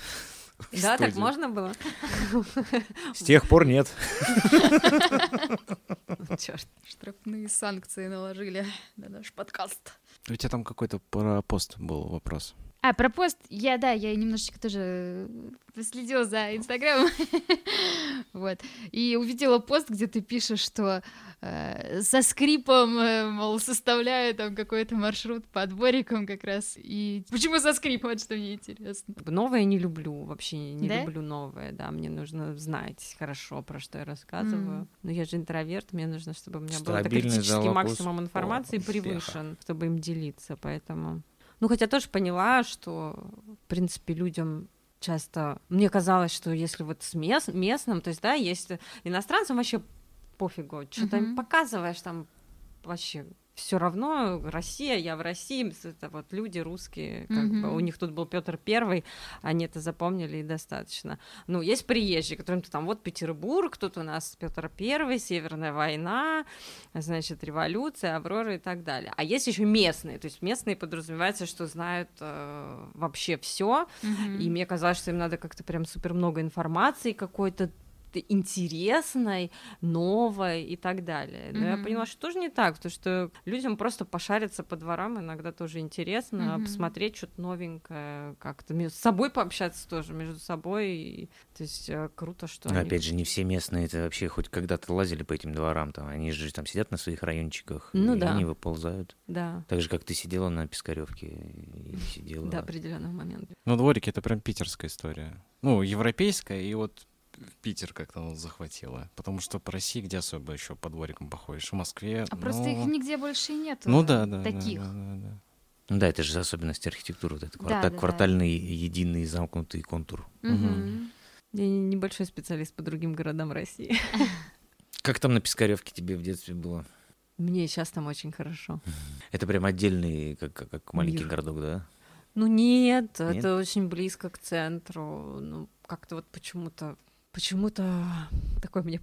в Да, так студии. можно было? С тех пор нет. Черт. Штрафные санкции наложили на наш подкаст. У тебя там какой-то про пост был вопрос. А, про пост, я, да, я немножечко тоже последила за Инстаграмом, вот, и увидела пост, где ты пишешь, что э, со скрипом, э, мол, составляю там какой-то маршрут по дворикам как раз, и почему со скрипом, вот что мне интересно. Новое не люблю, вообще не Да? люблю новое, да, мне нужно знать хорошо, про что я рассказываю. М. Но я же интроверт, мне нужно, чтобы у меня был Стабильный критический залог максимум успеха. информации превышен, чтобы им делиться, поэтому... Ну, хотя тоже поняла, что, в принципе, людям часто... Мне казалось, что если вот с мест... местным, то есть, да, есть иностранцам вообще пофигу, что ты им Мгм. показываешь, там вообще все равно Россия, я в России, это вот люди русские, как Мгм. бы, у них тут был Петр Первый, они это запомнили и достаточно. Ну, есть приезжие, которым там вот Петербург, тут у нас Петр Первый, Северная война, значит, революция, Аврора и так далее. А есть еще местные, то есть местные подразумевается, что знают э, вообще все, Мгм. и мне казалось, что им надо как-то прям супер много информации какой-то какой-то интересной, новой и так далее. Но я Мгм. поняла, что тоже не так, потому что людям просто пошариться по дворам иногда тоже интересно, Мгм. посмотреть что-то новенькое, как-то между собой пообщаться тоже, между собой. И, то есть э, круто, что Но они... опять же, не все местные это вообще хоть когда-то лазили по этим дворам, там, они же там сидят на своих райончиках Ну и да. не выползают. Да, Так же, как ты сидела на Пискаревке и сидела. до определенного момента. Ну, дворики — это прям питерская история. Ну, европейская, и вот Питер как-то вот захватило. Потому что по России где особо еще по дворикам походишь? В Москве, А просто их ну... нигде больше и нету. Ну да, да, да, таких. да, да, да. Ну да, это же особенность архитектуры, вот это Да, кварта- да, да. квартальный единый замкнутый контур. Мгм. Я не- небольшой специалист по другим городам России. Как там на Пискаревке тебе в детстве было? Мне сейчас там очень хорошо. Это прям отдельный, как, как, как маленький Мир. городок, да? Ну нет, Нет? это очень близко к центру. Ну, как-то вот почему-то почему-то такой мне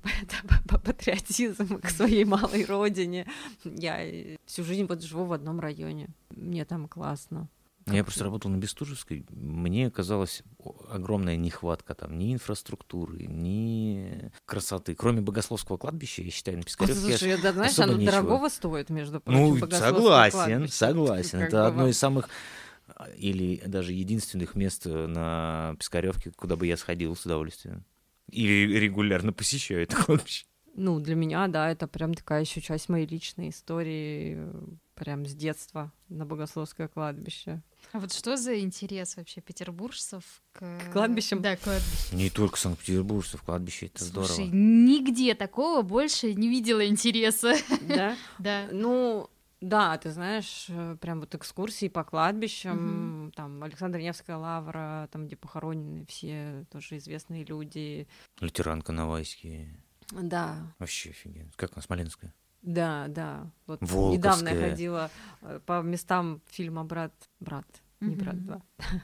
патриотизм к своей малой родине. Я всю жизнь вот живу в одном районе. Мне там классно. Я просто работал на Бестужевской, мне казалось о- огромная нехватка там ни инфраструктуры, ни красоты. Кроме Богословского кладбища, я считаю, на Пискаревке Слушай, я, да, знаешь, особо оно нечего. дорогого стоит, между прочим, Ну, Богословское согласен, кладбище. согласен. Как Это бы одно вам- из самых а, или даже единственных мест на Пискаревке, куда бы я сходил с удовольствием. И регулярно посещаю это кладбище. Ну, для меня, да, это прям такая еще часть моей личной истории, э, прям с детства на Богословское кладбище. А вот что за интерес вообще петербуржцев к... К кладбищам? Да, к кладбищам. Не только санкт-петербуржцев, кладбище, это Слушай, здорово. нигде такого больше не видела интереса. Да? Да. Ну, да, ты знаешь, э, прям вот экскурсии по кладбищам, там Александра Невская лавра, там, где похоронены все тоже известные люди. Лютеранка Навайский. Да, Вообще офигенно. Как она, Смоленская? да, да. Вот Волковская. недавно я ходила э, по местам фильма «Брат», «Брат», не «Брат Мгм. два».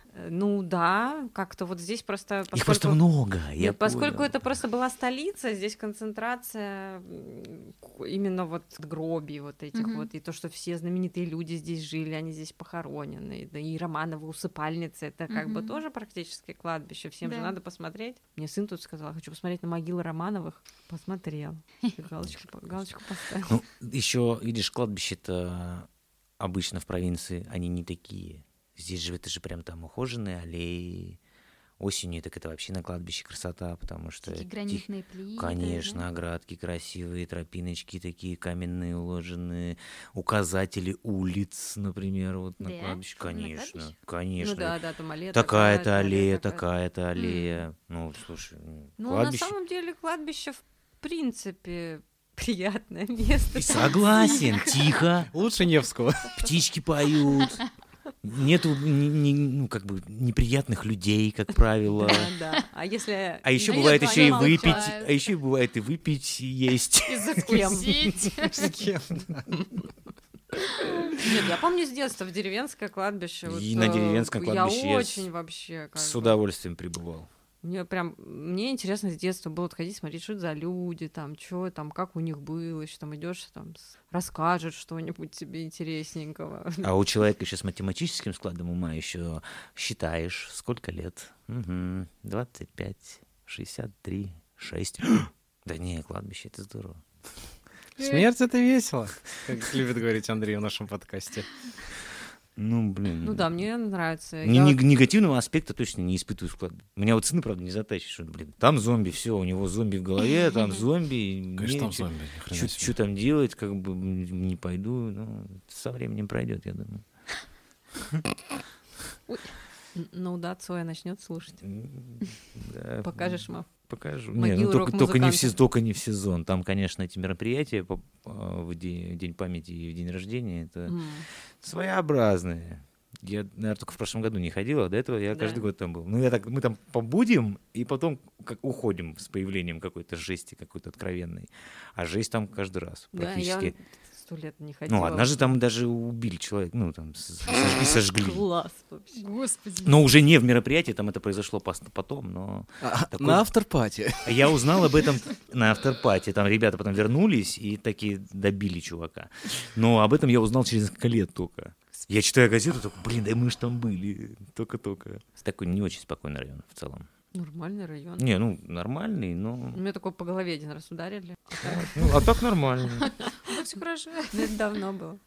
Ну да, как-то вот здесь просто... Их просто много, я Нет, поскольку понял. это просто была столица, здесь концентрация м, к- именно вот гробий вот этих Мгм. вот, и то, что все знаменитые люди здесь жили, они здесь похоронены, да и Романовы усыпальницы, это как бы Мгм. тоже практически кладбище, всем же Да. надо посмотреть. Мне сын тут сказал, хочу посмотреть на могилы Романовых, посмотрел, И галочку, по- галочку поставил. Ну, еще, видишь, кладбища-то обычно в провинции, они не такие. Здесь же это же прям там ухоженные аллеи. Осенью так это вообще на кладбище красота, потому что... Такие тих- гранитные плиты. Конечно, оградки красивые, тропиночки такие каменные уложенные, указатели улиц, например, вот на Да? кладбище. На Конечно, кладбище? конечно. Ну да, да, там аллея Такая-то такая-то, аллея, такая-то. такая-то аллея. Ну, слушай, ну, Ну, кладбище... на самом деле, кладбище, в принципе, приятное место. И согласен, тихо, Лучше Невского. птички поют, нету ни- ни- ну, как бы неприятных людей, как правило. Да, да. А если... А еще А бывает нет, еще и они выпить, молчат. а еще бывает и выпить, и есть. И закусить. С кем? Нет, я помню с детства в деревенское кладбище. вот, И на э, деревенском кладбище Я я очень с- вообще... как С бы, удовольствием пребывал. Мне прям... Мне интересно с детства было вот ходить, смотреть, что это за люди, там, что там, как у них было, еще там идешь, там, с- расскажут что-нибудь тебе интересненького. А у человека еще с математическим складом ума еще считаешь, сколько лет? Угу. двадцать пять, шестьдесят три, шесть. Да не, кладбище, это здорово. Смерть — это весело, как любит говорить Андрей в нашем подкасте. Ну, блин. Ну да, мне нравится. Ни- Я- ни- негативного аспекта точно не испытываю в кладбище. Меня вот сына, правда, не затащишь, что, блин, там зомби, все, у него зомби в голове, там зомби. Конечно, там зомби, ни хрена Что себе. там делать, как бы м, не пойду, ну, со временем пройдет, я думаю. Н- Ну да, Цоя начнет слушать. М, да, Покажешь, Мав. Покажу. Не, Могилу ну, только, только, не в, рок-музыканта. сез- только не в сезон. Там, конечно, эти мероприятия по- а, в день, день памяти и в день рождения, это М. своеобразные. Я, наверное, только в прошлом году не ходил, а до этого я Да. каждый год там был. Ну, я так, мы там побудем, и потом как уходим с появлением какой-то жести, какой-то откровенной. А жесть там каждый раз Да, я практически. сто лет не ходила. Ну, однажды там даже убили человека, ну, там, с- сож- и сожгли. Класс вообще. Господи. Но уже не в мероприятии, там это произошло пос- потом, но... А, Такой- На авторпате. Я узнал об этом на авторпате. Там ребята потом вернулись и такие добили чувака. Но об этом я узнал через несколько лет только. Я читаю газету, такой, блин, да мы же там были. Только-только. Такой не очень спокойный район в целом. Нормальный район. Не, ну, нормальный, но... Меня такое по голове один раз ударили. Ну, а так нормально. Ну, все хорошо. Ну, это давно было.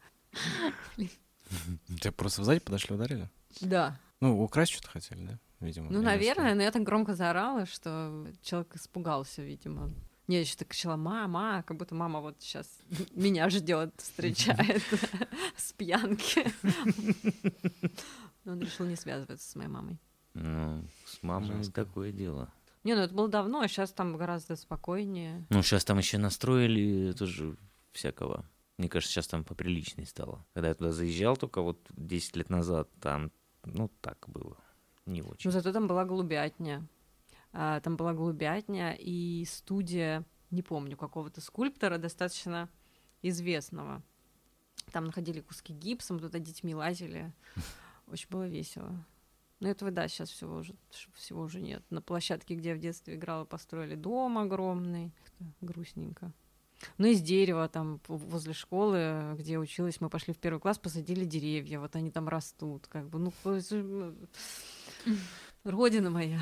Тебя просто сзади подошли, ударили? Да. Ну, украсть что-то хотели, да? Видимо. Ну, или наверное, что? но я так громко заорала, что человек испугался, видимо. Не, я еще так кричала: мама, как будто мама вот сейчас меня ждет, встречает с пьянки. Но он решил не связываться с моей мамой. Ну, с мамой Жестко. такое дело. Не, ну это было давно, а сейчас там гораздо спокойнее. Ну, сейчас там еще настроили тоже всякого. Мне кажется, сейчас там поприличнее стало. Когда я туда заезжал только вот десять лет назад, там, ну, так было. Не очень. Но зато там была голубятня. А, там была голубятня и студия, не помню, какого-то скульптора достаточно известного. Там находили куски гипса, мы туда детьми лазили. Очень было весело. Но этого, да, сейчас всего уже, всего уже нет. На площадке, где я в детстве играла, построили дом огромный. Грустненько. Ну, из дерева там возле школы, где я училась, мы пошли в первый класс, посадили деревья, вот они там растут, как бы, ну, родина моя.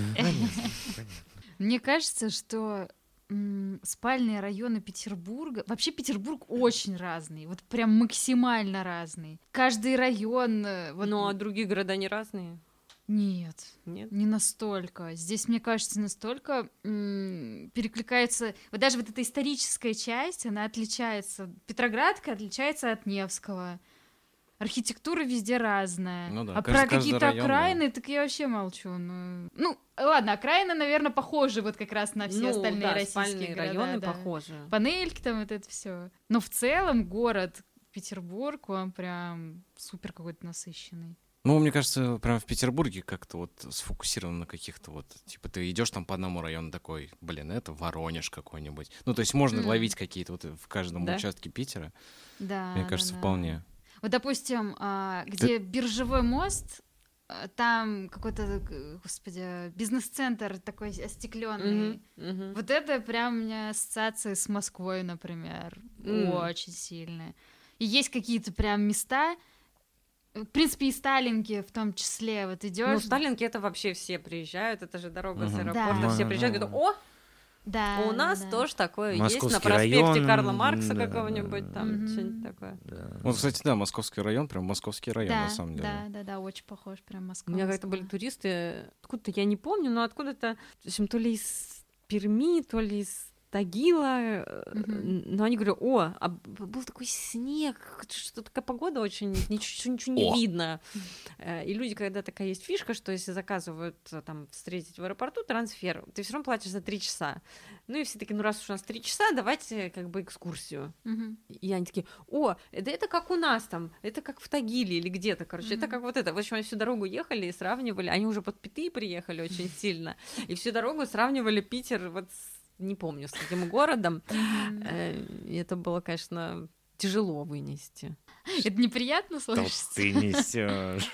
Мне кажется, что м, спальные районы Петербурга... Вообще Петербург очень разный, вот прям максимально разный. Каждый район... э, Вот... Ну, а другие города не разные? Нет, Нет? не настолько. Здесь, мне кажется, настолько м, перекликается... Вот даже вот эта историческая часть, она отличается. Петроградка отличается от Невского. Архитектура везде разная. Ну да, а каждый- про каждый какие-то район, да. окраины, так я вообще молчу. Ну, ну, ладно, окраины, наверное, похожи вот как раз на все Ну, остальные да, российские спальные города, районы да. похожи. Панельки там, вот это все. Но в целом город Петербург, он прям супер какой-то насыщенный. Ну, мне кажется, прям в Петербурге как-то вот сфокусирован на каких-то вот, типа, ты идешь там по одному району такой, блин, это Воронеж какой-нибудь. Ну, то есть можно М. ловить какие-то вот в каждом Да? участке Питера. Да, Мне да, кажется, да. вполне. Вот, допустим, а, где Биржевой мост, а, там какой-то, э, господи, бизнес-центр такой остекленный. Мгм, мгм. Вот это прям у меня ассоциации с Москвой, например, М. очень сильные. И есть какие-то прям места, в принципе, и Сталинки в том числе. Вот идешь. Ну, Сталинки это вообще все приезжают, это же дорога с Мгм. аэропорта, Да. все Да, приезжают, да. говорят: о, да, у нас да. тоже такое есть Московский на проспекте район, Карла Маркса да, какого-нибудь, там Мгм. что-нибудь такое. Да. Вот, кстати, да, Московский район, прям Московский район, Да, на самом деле. да, да, да, очень похож, прям У Москва. меня как-то Москва. были туристы, откуда-то я не помню, но откуда-то, в общем, то ли из Перми, то ли из Тагила, э, Мгм. но они говорят: о, а б- был такой снег, что такая погода очень, ничего, ничего не О. видно. Э, И люди, когда такая есть фишка, что если заказывают э, там встретить в аэропорту трансфер, ты все равно платишь за три часа. Ну и все такие: ну раз уж у нас три часа, давайте как бы экскурсию. Мгм. И они такие: о, это, это как у нас там, это как в Тагиле или где-то, короче, это Мгм. как вот это. В общем, они всю дорогу ехали и сравнивали, они уже под Питы приехали очень сильно, и всю дорогу сравнивали Питер вот с, не помню, с каким городом. Мгм. Э, И это было, конечно, тяжело вынести. Это неприятно Что слышать? ты несешь?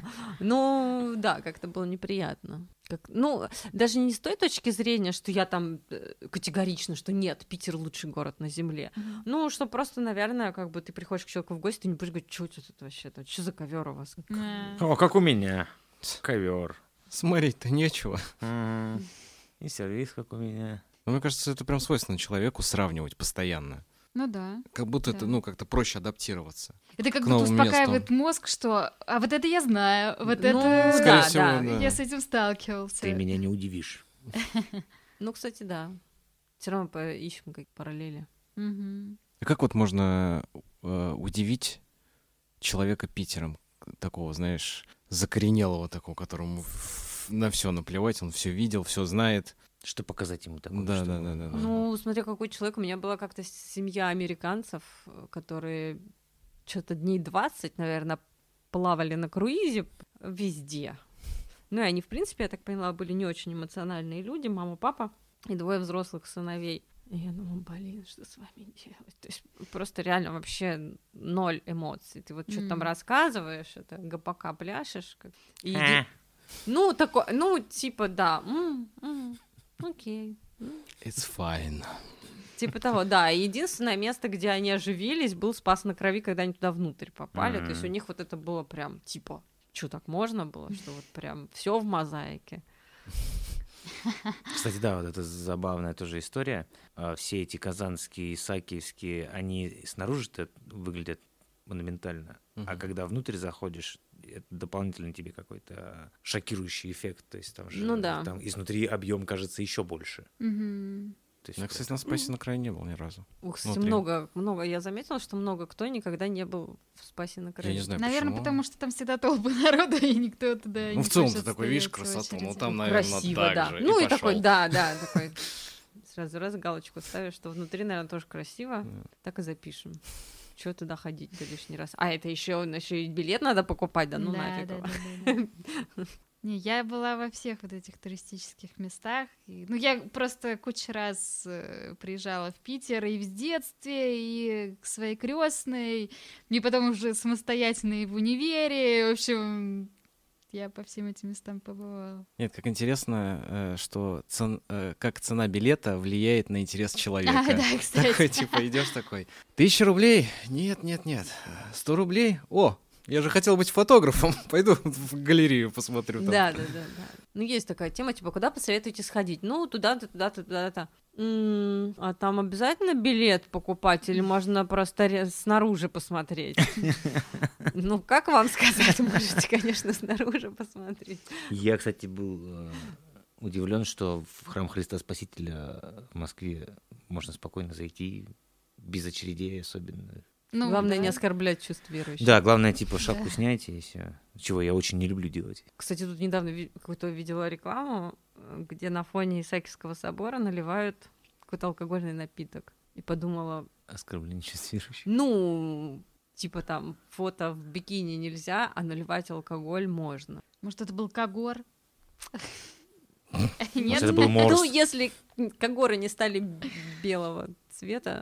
Ну, да, как-то было неприятно. Как, ну, даже не с той точки зрения, что я там э, категорично, что нет, Питер лучший город на земле. Мгм. Ну, что просто, наверное, как бы ты приходишь к человеку в гости, ты не будешь говорить: что это тут вообще, что за ковер у вас? Да. О, как у меня. Ковер. Смотреть-то нечего. И сервис, как у меня. Но мне кажется, это прям свойственно человеку сравнивать постоянно. Ну да. Как будто это, Да. ну, как-то проще адаптироваться. Это как К будто новым успокаивает местам. мозг, что а вот это я знаю, вот Ну, это Скорее да, всего, да. да. я с этим сталкивался. Ты меня не удивишь. Ну, кстати, да. Все равно поищем как параллели. Мгм. И как вот можно э, удивить человека Питером, такого, знаешь, закоренелого такого, которому ф- на все наплевать, он все видел, все знает. Что показать ему такое? Да, чтобы- да, да, да, да. Ну, смотря какой человек. У меня была как-то семья американцев, э, которые что-то дней двадцать, наверное, плавали на круизе везде. Ну, и они, в принципе, я так поняла, были не очень эмоциональные люди, мама, папа и двое взрослых сыновей. И я думаю: блин, что с вами делать? То есть просто реально вообще ноль эмоций. Ты вот что-то там М. рассказываешь, это ГПК пляшешь. как- и иди- А, Ну, такой, ну, типа, да, м, м, окей. It's fine. Типа того, да. И единственное место, где они оживились, был Спас на Крови, когда они туда внутрь попали. То есть у Мгм. них вот это было прям, типа, что так можно было, что вот прям все в мозаике. Кстати, да, вот это забавная тоже история. А, Все эти казанские, исаакиевские, они снаружи-то выглядят монументально, а Мгм. когда внутрь заходишь, это дополнительно тебе какой-то шокирующий эффект. То есть там же Ну да. там изнутри объем кажется еще больше. Мгм. То есть Я, кстати, на Спасе на крае не был ни разу. Ух, кстати, Внутри. много, много. Я заметила, что много кто никогда не был в Спасе на краю. Я не знаю, Наверное, почему. потому что там всегда толпы народа, и никто туда Ну, не в целом хочет ты такой, видишь, стоять в красоту, ну очереди. там, наверное, Красиво, так да. же. Ну и, пошёл. такой, да, да, такой. Сразу раз галочку ставишь, что внутри, наверное, тоже красиво. Да. Так и запишем. Чего туда ходить да лишний раз? А это еще, еще и билет надо покупать, да? Ну Да, нафиг да, его. да, да, да. Не, я была во всех вот этих туристических местах. И- ну, я просто кучу раз э, приезжала в Питер и в детстве, и к своей крестной, и потом уже самостоятельно и в универе. В общем, я по всем этим местам побывала. Нет, как интересно, э, что цен- э, как цена билета влияет на интерес человека. А, да, кстати. Такой, типа, идешь такой, тысяча рублей? Нет, нет, нет. Сто рублей? О, я же хотел быть фотографом. Пойду в галерею посмотрю там. Да, да, да, да. Ну, есть такая тема, типа, куда посоветуете сходить? Ну, туда-то, туда-то, туда-то. М, А там обязательно билет покупать или можно просто ре- снаружи посмотреть? Ну, как вам сказать? Можете, конечно, снаружи посмотреть. Я, кстати, был удивлен, что в храм Христа Спасителя в Москве можно спокойно зайти без очередей особенно. Ну, Главное да. не оскорблять чувств верующих. Да, главное, типа, шапку Да. снять и все. Чего я очень не люблю делать. Кстати, тут недавно ви- какую-то видела рекламу, э, где на фоне Исаакиевского собора наливают какой-то алкогольный напиток. И подумала, Оскорбление чувств верующих. ну, типа там фото в бикини нельзя, а наливать алкоголь можно. Может, это был Кагор? Может, Нет? это был Морс. Ну, если когоры не стали б- белого цвета,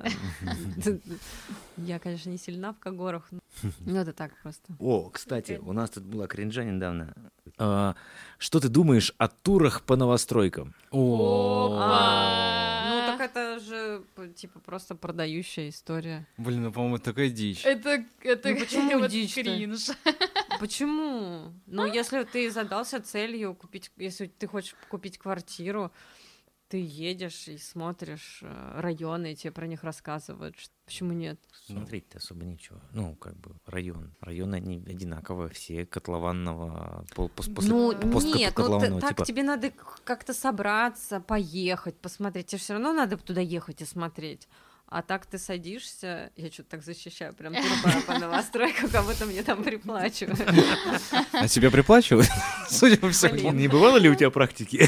я, конечно, не сильна в когорах. но- Ну, это так просто. О, кстати, у нас тут была кринжа недавно. А, Что ты думаешь о турах по новостройкам? О, А, Ну, так это же, п- типа, просто продающая история. блин, ну, по-моему, такая дичь. Это, это Ну, почему вот дичь-то? кринж. Почему? Ну, если ты задался целью купить, если ты хочешь купить квартиру, ты едешь и смотришь э, районы, и тебе про них рассказывают. Ш- Почему нет? Смотреть-то особо ничего. Ну, как бы район. Районы они одинаковые, все котлованного, пол- пос- после Ну, После нет, ну ты- посткотлованного так типа. тебе надо к- как-то собраться, поехать, посмотреть. Тебе все равно надо туда ехать и смотреть. А так ты садишься, я что-то так защищаю, прям турбо по новостройкам, как будто мне там приплачивают. А тебя приплачивают? Судя по всему. Блин. Не бывало ли у тебя практики?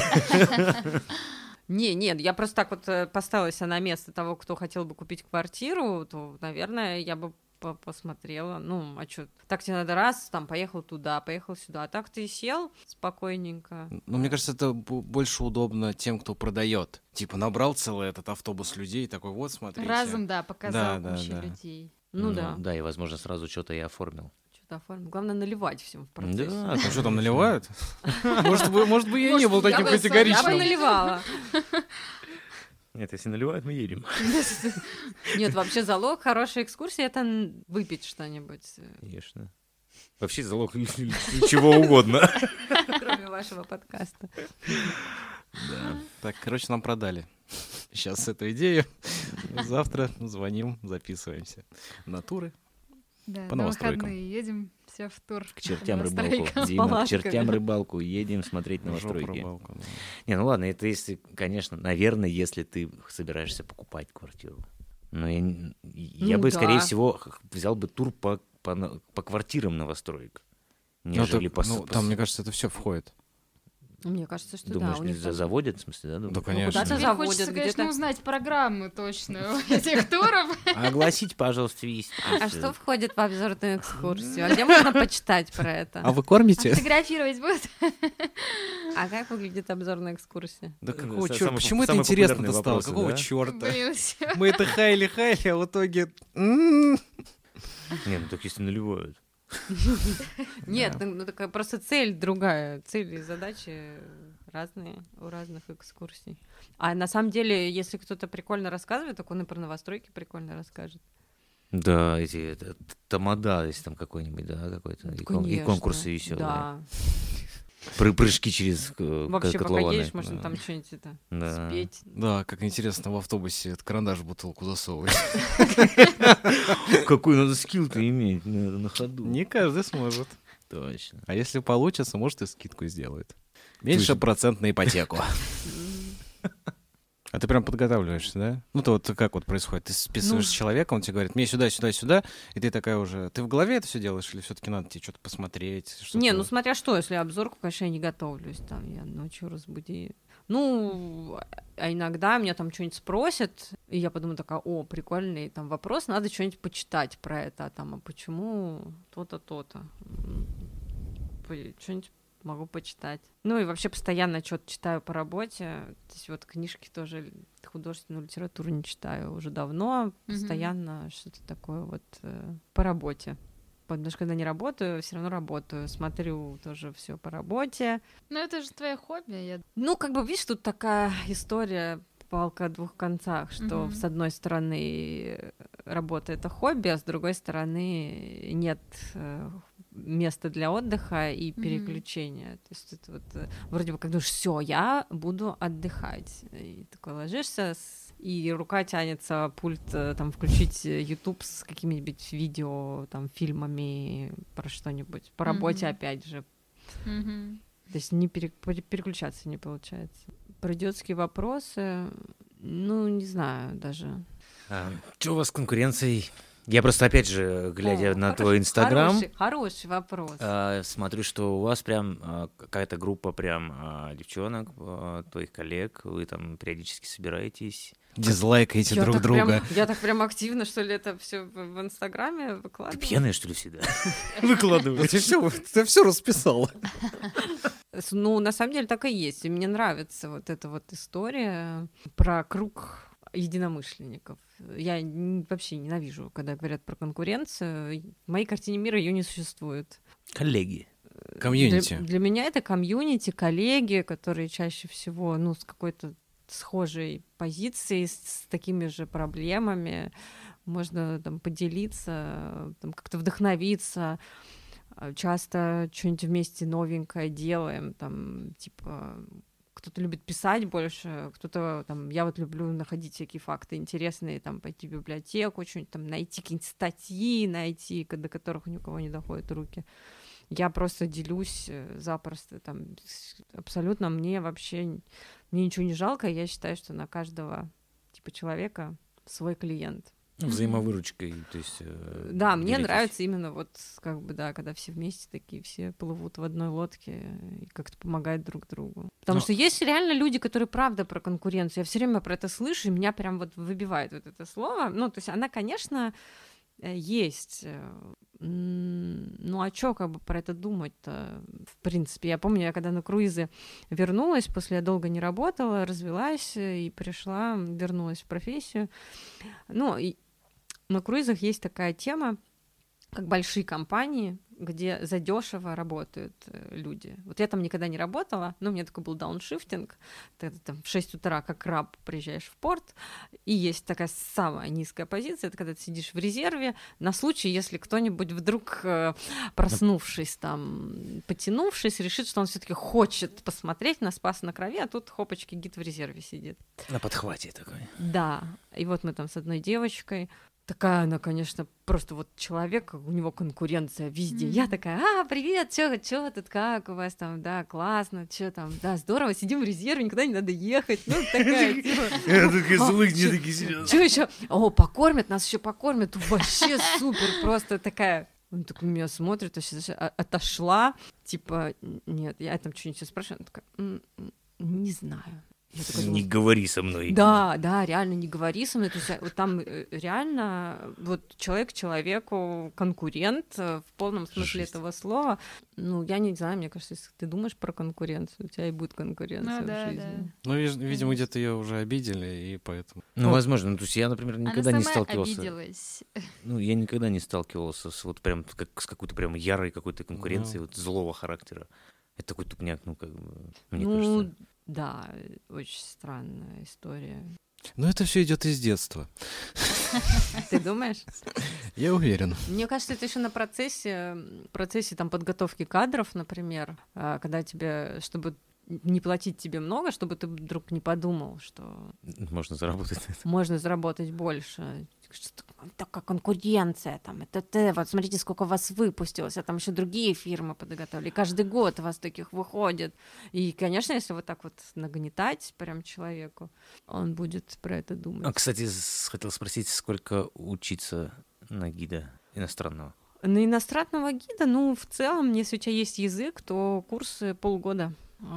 Не, нет, я просто так вот э, поставила себя на место того, кто хотел бы купить квартиру, то, наверное, я бы по- посмотрела, ну, а что, так тебе надо раз, там, поехал туда, поехал сюда, а так ты сел спокойненько. Ну, мне кажется, это бо- больше удобно тем, кто продает. Типа, набрал целый этот автобус людей, такой, вот, смотрите. Разом, да, показал Да, да, кучу да. людей. Ну, да, Да, и, возможно, сразу что-то и оформил. что-то оформил. Главное, наливать всем в процессе. Да, А что там наливают? Может бы, может бы я не Может, был я таким бы Я бы категоричным. наливала. Нет, если наливают, мы едем. Нет, вообще залог хорошей экскурсии — это н- выпить что-нибудь, э, Конечно. Вообще залог чего угодно. кроме вашего подкаста. Так, короче, нам продали сейчас эту идею. Завтра звоним, записываемся на туры. Да, По на новостройкам. выходные едем, все в тур. К чертям по рыбалку. новостройкам. Дима, к палатками. чертям рыбалку. Едем смотреть Жопу, новостройки. рыбалку, да. Не, ну ладно, это если, конечно, наверное, если ты собираешься покупать квартиру. Но я, не- я Ну бы, скорее да. всего, х- взял бы тур по, по, на- по квартирам новостроек, Ну, нежели так, по... с- ну, по там, с- мне кажется, это все входит. Мне кажется, что Думаешь, да. у них за- там- заводят, в смысле, да? думаешь? Да, конечно. куда-то Теперь заводят хочется, конечно, где-то. узнать программу точно у этих туров. Огласить, пожалуйста, весь... А что входит в обзорную экскурсию? А где можно почитать про это? А вы кормите? Фотографировать будут? А как выглядит обзорная экскурсия? Да Э, какого са- черта? самый Почему поп- это самые интересно популярные стало? вопросы, Какого да? черта? Блин, всё. Мы это хайли-хайли, а в итоге... м, Не, ну так если наливают. Нет, ну, ну такая просто цель другая. Цели и задачи разные у разных экскурсий. А на самом деле, если кто-то прикольно рассказывает, так он и про новостройки прикольно расскажет. Да, эти это, тамада, если там какой-нибудь, да, какой-то. И, кон- и Конечно, конкурсы веселые. Да. Пры- Прыжки через э, Вообще, пока котлованы. едешь, можно да. там что-нибудь это Да. спеть. Да, как интересно, в автобусе этот карандаш в бутылку засовывать. Какой надо скилл-то иметь на, на ходу. Не каждый сможет. Точно. А если получится, может, и скидку сделает. Меньше Точно. процент на ипотеку. А ты прям подготавливаешься, да? Ну, то вот как вот происходит? Ты списываешь Ну, человека, он тебе говорит, мне сюда, сюда, сюда, и ты такая уже... Ты в голове это все делаешь, или все-таки надо тебе что-то посмотреть? Что-то... Не, ну смотря что, если обзорку, конечно, я не готовлюсь, там, я ночью разбуди. Ну, а иногда меня там что-нибудь спросят, и я подумаю такая, о, прикольный там вопрос, надо что-нибудь почитать про это, а там, а почему то-то, то-то. М, по- Что-нибудь могу почитать. Ну и вообще постоянно что-то читаю по работе. То есть вот книжки тоже, художественную литературу не читаю уже давно. Постоянно что-то такое вот э, по работе. Вот, даже когда не работаю, все равно работаю. Смотрю тоже все по работе. Ну, это же твое хобби. Я... Ну, как бы, видишь, тут такая история, палка о двух концах, что Мгм. с одной стороны работа — это хобби, а с другой стороны нет э, места для отдыха и Мгм. переключения. То есть это вот э, вроде бы как думаешь, все, я буду отдыхать. И такой ложишься, с- и рука тянется пульт э, там включить э, YouTube с какими-нибудь видео, там, фильмами про что-нибудь. По работе, Мгм. опять же. Мгм. То есть не пере- пере- переключаться не получается. Про детские вопросы, ну, не знаю даже. А, что у вас с конкуренцией? Я просто, опять же, глядя О, на хороший- твой Инстаграм, Хороший, хороший вопрос. а, смотрю, что у вас прям а, какая-то группа прям а, девчонок, а, твоих коллег, вы там периодически собираетесь. Дизлайкаете Я друг так друга. прям- я так прям активно, что ли, это все в, в Инстаграме Ты выкладываю? пьяная, что ли, всегда? Выкладываешь. Ты все, ты все расписал. С- Ну, на самом деле так и есть. И мне нравится вот эта вот история про круг единомышленников. Я н- вообще ненавижу, когда говорят про конкуренцию. В моей картине мира ее не существует. Коллеги. Комьюнити. Для, для меня это комьюнити, коллеги, которые чаще всего, ну, с какой-то схожей позицией, с, с такими же проблемами. Можно там поделиться, там, как-то вдохновиться. А, Часто что-нибудь вместе новенькое делаем, там, типа, кто-то любит писать больше, кто-то там, я вот люблю находить всякие факты интересные, там, пойти в библиотеку, что-нибудь там найти, какие-нибудь статьи найти, ко- до которых ни у кого не доходят руки. Я просто делюсь э, запросто, там, с- абсолютно мне вообще, н- мне ничего не жалко, я считаю, что на каждого, типа, человека свой клиент. Ну, взаимовыручкой, то есть... э, Да, мне делитесь. нравится именно вот, как бы, да, когда все вместе такие, все плывут в одной лодке и как-то помогают друг другу. Потому Ну, что есть реально люди, которые правда про конкуренцию. Я все время про это слышу, и меня прям вот выбивает вот это слово. Ну, то есть она, конечно, э, есть. э, м, Ну, а чё как бы про это думать-то? В принципе, я помню, я когда на круизы вернулась, после я долго не работала, развелась э, и пришла, вернулась в профессию. Ну, и на круизах есть такая тема, как большие компании, где задешево работают э, люди. Вот я там никогда не работала, но у меня такой был дауншифтинг. Ты там в шесть утра как раб приезжаешь в порт, и есть такая самая низкая позиция, это когда ты сидишь в резерве на случай, если кто-нибудь вдруг, э, проснувшись там, потянувшись, решит, что он все таки хочет посмотреть на «Спас на крови», а тут, хопочки, гид в резерве сидит. На подхвате такой. Да, и вот мы там с одной девочкой, такая она, конечно, просто вот человек, у него конкуренция везде. Мгм. Я такая, а, привет, чё, чё тут, как у вас там, да, классно, чё там, да, здорово, сидим в резерве, никуда не надо ехать, ну, такая, типа, Я такие А, злыдни чё- такие сидят. чё еще? О, покормят, нас еще покормят, вообще супер, просто такая. Он такой меня смотрит, я сейчас отошла, типа, нет, я там что-нибудь спрашиваю, она такая, «М, м, не знаю. Я такая думаю, Не говори со мной. да, да, реально не говори со мной. То есть, а, вот там э, реально вот человек человеку конкурент э, в полном смысле Жесть. этого слова. Ну, я не знаю, мне кажется, если ты думаешь про конкуренцию, у тебя и будет конкуренция Ну в да, жизни. Ну, виж- видимо, Конечно. где-то ее уже обидели, и поэтому... Ну, возможно. Ну, то есть я, например, никогда Она не сама сталкивался. обиделась. Ну, я никогда не сталкивался с вот прям как с какой-то прям ярой какой-то конкуренцией, Ну. вот злого характера. Это такой тупняк, ну, как бы, мне ну, кажется. да, э, очень странная история. Но это все идет из детства. Ты думаешь? Я уверен. Мне кажется, это еще на процессе, процессе там, подготовки кадров, например, когда тебе, чтобы не платить тебе много, чтобы ты вдруг не подумал, что можно заработать. Можно заработать больше. Такая конкуренция, там, это ты, вот смотрите, сколько вас выпустилось, а там еще другие фирмы подготовили. Каждый год у вас таких выходит. И, конечно, если вот так вот нагнетать прям человеку, он будет про это думать. А, кстати, хотел спросить, сколько учиться на гида иностранного? На иностранного гида, ну, в целом, если у тебя есть язык, то курсы полгода.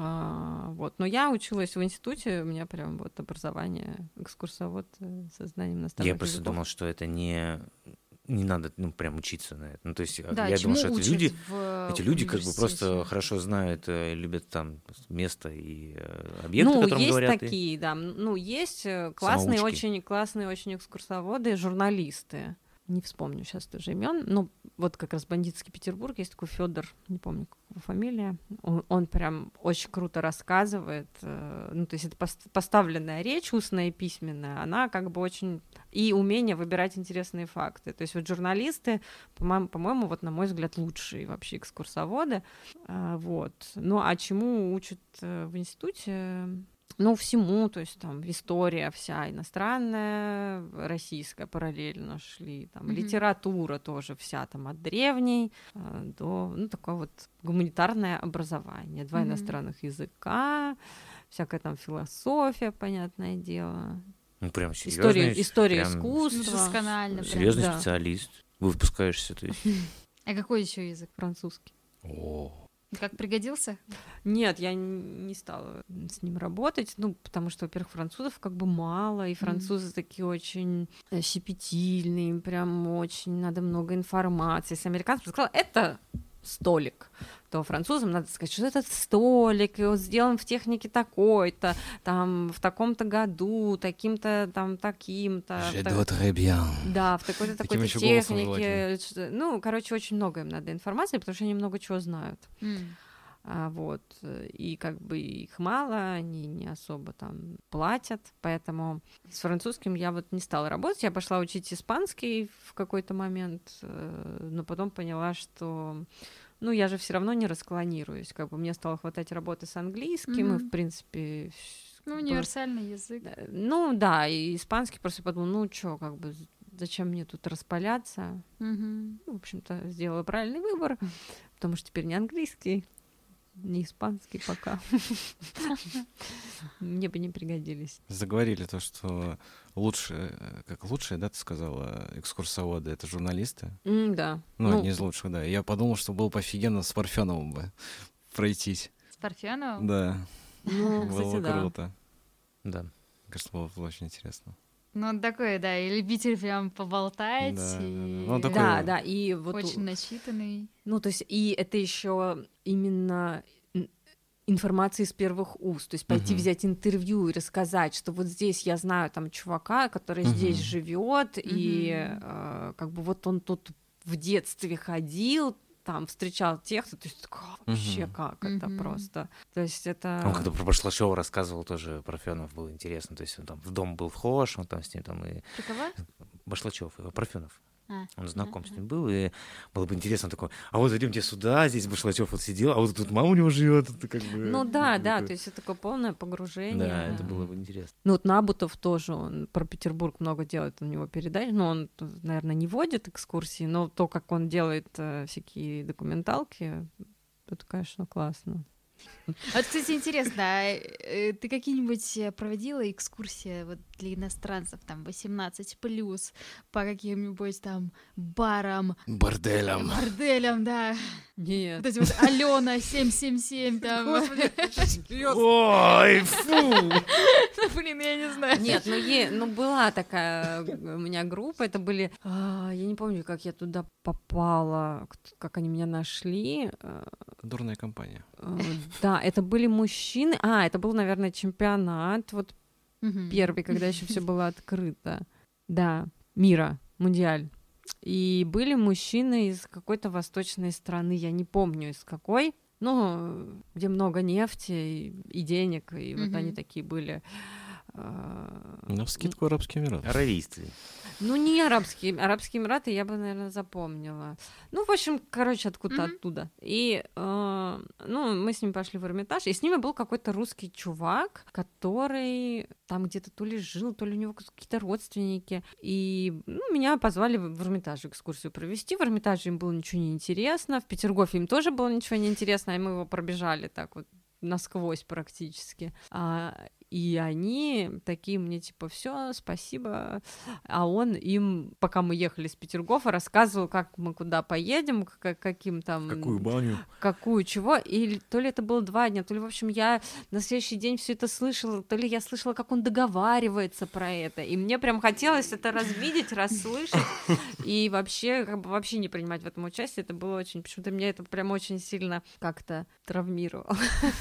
А, вот. Но я училась в институте, у меня прям вот образование, экскурсовод со знанием иностранных Я просто языков. думал, что это не, не надо ну, прям учиться на это. Ну, то есть Да, я думал, что учат эти люди, в эти люди как бы просто университете? хорошо знают, э, любят там место и э, объекты, Ну, о котором есть говорят. такие, да. Ну, есть э, классные Самоучки. очень, классные очень экскурсоводы, журналисты. Не вспомню сейчас тоже имен. Ну, вот как раз «Бандитский Петербург», есть такой Федор, не помню, как его фамилия. Он, он прям очень круто рассказывает. э, Ну, то есть это пос- поставленная речь, устная и письменная, она как бы очень... И умение выбирать интересные факты. То есть вот журналисты, по-моему, по-моему, вот на мой взгляд, лучшие вообще экскурсоводы. А, Вот. Ну, а чему учат э, в институте? Ну, всему, то есть там история вся иностранная, российская параллельно шли, там Мгм. литература тоже вся, там от древней э, до, ну, такое вот гуманитарное образование, два Мгм. иностранных языка, всякая там философия, понятное дело, Ну, прям история, серьезный, история прям искусства, Ну, досконально. прям. серьезный да. специалист. Выпускаешься, то есть. А какой еще язык? французский. О, Как пригодился? Нет, я н- не стала с ним работать, ну, потому что, во-первых, французов как бы мало, и французы такие очень э, щепетильные, им прям очень надо много информации. Если американцам сказала, это столик, то французам надо сказать, что этот столик, и он сделан в технике такой-то, там, в таком-то году, таким-то, там, таким-то. je в так- dois très bien. Да, в такой-то, Таким такой-то ещё голосом технике. что- Ну, короче, очень много им надо информации, потому что они много чего знают. М. А, вот, э, и как бы их мало, они не особо там платят, поэтому с французским я вот не стала работать, я пошла учить испанский в какой-то момент, э, но потом поняла, что, ну, я же все равно не расклонируюсь, как бы мне стало хватать работы с английским, и, Мгм. в принципе... вс- Ну, было- универсальный язык. э, Ну, да, и испанский просто подумала, ну, чё, как бы, з- зачем мне тут распаляться? Мгм. Ну, в общем-то, сделала правильный выбор, потому что теперь не английский, не испанский пока. Мне бы не пригодились. Заговорили то, что лучше, э, как лучшие, да, ты сказала, экскурсоводы — это журналисты. М, Да. Ну, Ну, одни из лучших, да. Я подумал, что было бы офигенно с Парфеновым бы пройтись. С Парфеновым? Да, ну, было кстати, бы да. круто. Да. Кажется, было бы очень интересно. Ну, он такой, да, и любитель прям поболтать, Да, да, да. и Ну, он такой- Да, да, и вот... у- очень начитанный. Ну, то есть, и это еще именно ин- информация из первых уст, то есть пойти Мгм. взять интервью и рассказать, что вот здесь я знаю там чувака, который Мгм. здесь живет, и Мгм. э, как бы вот он тут в детстве ходил, там встречал тех, то есть такое, вообще Мгм. как это Мгм. просто, то есть это... Он когда про Башлачева рассказывал, тоже Парфенов был интересно. То есть он там в дом был вхож, он там с ним там и... Ты кого? Башлачев, э, Парфенов. А, Он знаком ага. с ним был, и было бы интересно такой, а вот идемте сюда, здесь Башлачев вот сидел, а вот тут мама у него живет, это как бы... Ну да, да, это- то есть это такое полное погружение. Да, это было бы интересно. Ну вот Набутов тоже, он про Петербург много делает у него передач, ну он, наверное, не водит экскурсии, но то, как он делает э, всякие документалки, это, конечно, классно. А вот, кстати, интересно, а э, ты какие-нибудь э, проводила экскурсии вот для иностранцев, там, восемнадцать плюс, по каким-нибудь там барам, Борделем. борделям, да? Нет. Вот эти вот Алена семь семь семь, там. Ой, фу! Блин, я не знаю. Нет, ну, е- ну была такая у меня группа, это были, а, я не помню, как я туда попала, кто- как они меня нашли. э, Дурная компания. э, Да, это были мужчины, а, это был, наверное, чемпионат, вот Мгм. первый, когда еще все было открыто. Да, мира, мундиаль. И были мужчины из какой-то восточной страны, я не помню из какой, ну, где много нефти и, и денег, и вот Мгм. они такие были. На вскидку Арабские Эмираты. Аравийцы. Ну, не арабские. Арабские Эмираты я бы, наверное, запомнила. Ну, в общем, короче, откуда-то Мгм. оттуда. И, э, ну, мы с ними пошли в Эрмитаж, и с ними был какой-то русский чувак, который там где-то то ли жил, то ли у него какие-то родственники. И ну, меня позвали в в Эрмитаж экскурсию провести. В Эрмитаже им было ничего не интересно. В Петергофе им тоже было ничего не интересно, и мы его пробежали так вот насквозь практически. А, и они такие мне типа все, спасибо. А он им, пока мы ехали с Петергофа, рассказывал, как мы куда поедем, к- каким там... баню? Какую, чего. И то ли это было два дня, то ли, в общем, я на следующий день все это слышала, то ли я слышала, как он договаривается про это. И мне прям хотелось это развидеть, расслышать. И вообще, как бы вообще не принимать в этом участие. Это было очень... Почему-то меня это прям очень сильно как-то травмировало.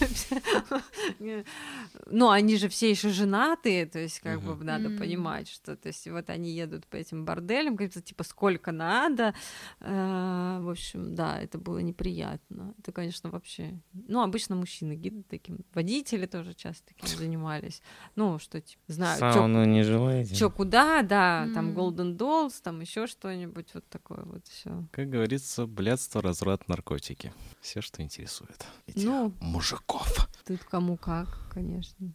Ну, они же все еще женатые, то есть как бы Мгм. надо М. понимать, что, то есть вот они едут по этим борделям, говорится, типа, сколько надо. Э, В общем, да, это было неприятно. Это, конечно, вообще... Ну, обычно мужчины гиды таким, водители тоже часто таким занимались. Ну, что, типа, знаю, чё- Сауну не желаете? чё, куда, да, там М. Golden Dolls, там еще что-нибудь, вот такое вот все. Как говорится, блядство, разврат, наркотики. Все, что интересует этих Ну. мужиков. Тут кому как, конечно.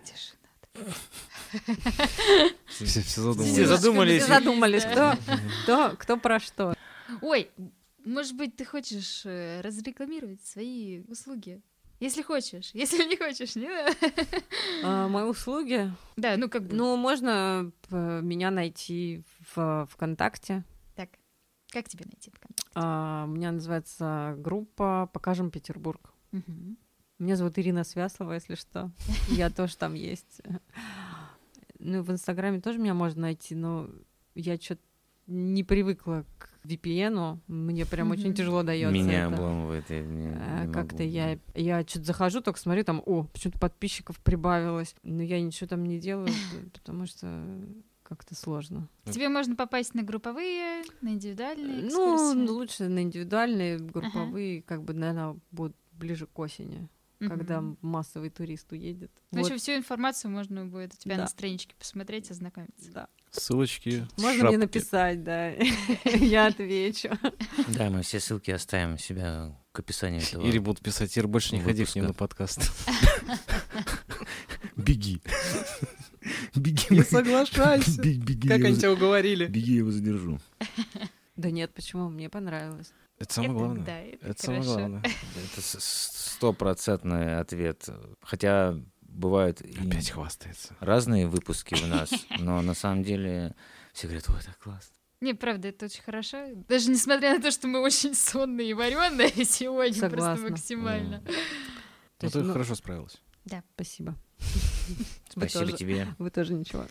Все, все задумались. Все задумались. Все задумались, кто, кто, кто про что. Ой, может быть, ты хочешь э, разрекламировать свои услуги? Если хочешь. Если не хочешь, не надо. А, мои услуги? Да, ну как бы. Ну, можно э, меня найти в ВКонтакте. Так, как тебя найти ВКонтакте? А, у меня называется группа «Покажем Петербург». Мгм. Меня зовут Ирина Свяслова, если что. Я тоже там есть. Ну, в Инстаграме тоже меня можно найти, но я что-то не привыкла к ви пи эн. Мне прям очень Мгм. тяжело дается. Меня это. обламывает. Я не- Э, не Как-то могу. я, я что-то захожу, только смотрю, там, о, почему-то подписчиков прибавилось. Но я ничего там не делаю, п- потому что как-то сложно. Тебе можно попасть на групповые, на индивидуальные Ну, экскурсии. лучше на индивидуальные, групповые, как бы, наверное, будут ближе к осени, когда Мгм. массовый турист уедет. В Вот. общем, всю информацию можно будет у тебя Да. на страничке посмотреть, ознакомиться. Да. Ссылочки. в Можно мне шапке. написать, да, я отвечу. Да, мы все ссылки оставим у себя к описанию этого. Или будут писать, Ир, больше не ходи к ним на выпуска. подкаст. Беги. Беги. Не соглашайся. Беги, беги, Как я они его тебя уговорили? за- Беги, я его задержу. Да нет, почему? Мне понравилось. Это самое Это главное. да, это Это самое хорошо. главное. Это с- с- стопроцентный ответ. Хотя бывают и Опять хвастается. разные выпуски у нас, но на самом деле все говорят, ой, так классно. Не, правда, это очень хорошо. Даже несмотря на то, что мы очень сонные и вареные сегодня, Согласна. просто максимально. То Ну, есть, ты ну, хорошо справилась. Спасибо. Спасибо тоже. тебе. Вы тоже ничего.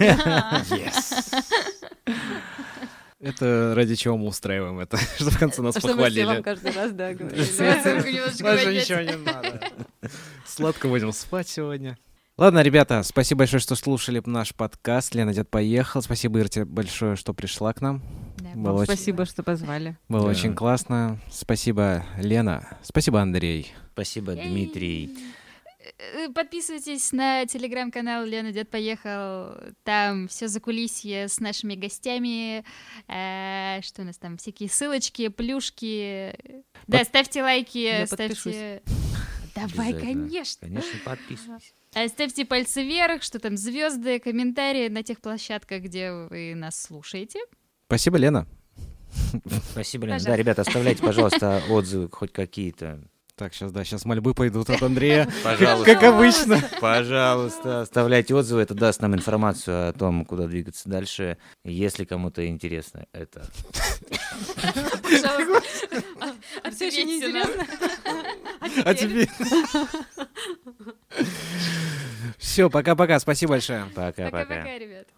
Это ради чего мы устраиваем это, что в конце нас Что мы все вам похвалили. каждый раз, да, говорили. Оценку немножечко Больше поднять. ничего не надо. Сладко будем спать сегодня. Ладно, ребята, спасибо большое, что слушали наш подкаст. Лена Дед поехал. Спасибо, Ир, тебе большое, что пришла к нам. Да, Было вам очень- Спасибо, что позвали. Было Да. очень классно. Спасибо, Лена. Спасибо, Андрей. Спасибо, Ей. Дмитрий. Э, Подписывайтесь на телеграм-канал Лена Дед поехал. Там все закулисье с нашими гостями. Э, Что у нас там? Всякие ссылочки, плюшки. Да, ставьте лайки, Я ставьте. Давай, Обязательно. конечно. Конечно, подписывайся. А ставьте пальцы вверх, что там звезды, комментарии на тех площадках, где вы нас слушаете. Спасибо, Лена. Спасибо, Лена. Пожалуйста. Да, ребята, оставляйте, пожалуйста, отзывы хоть какие-то. Так, сейчас, да, сейчас мольбы пойдут от Андрея. Пожалуйста. Как обычно. Пожалуйста, оставляйте отзывы, это даст нам информацию о том, куда двигаться дальше, если кому-то интересно это. Пожалуйста. А всё ещё Ответьте нам. неинтересно? А тебе... Все, пока-пока. Спасибо большое. Пока-пока. Пока-пока, ребят.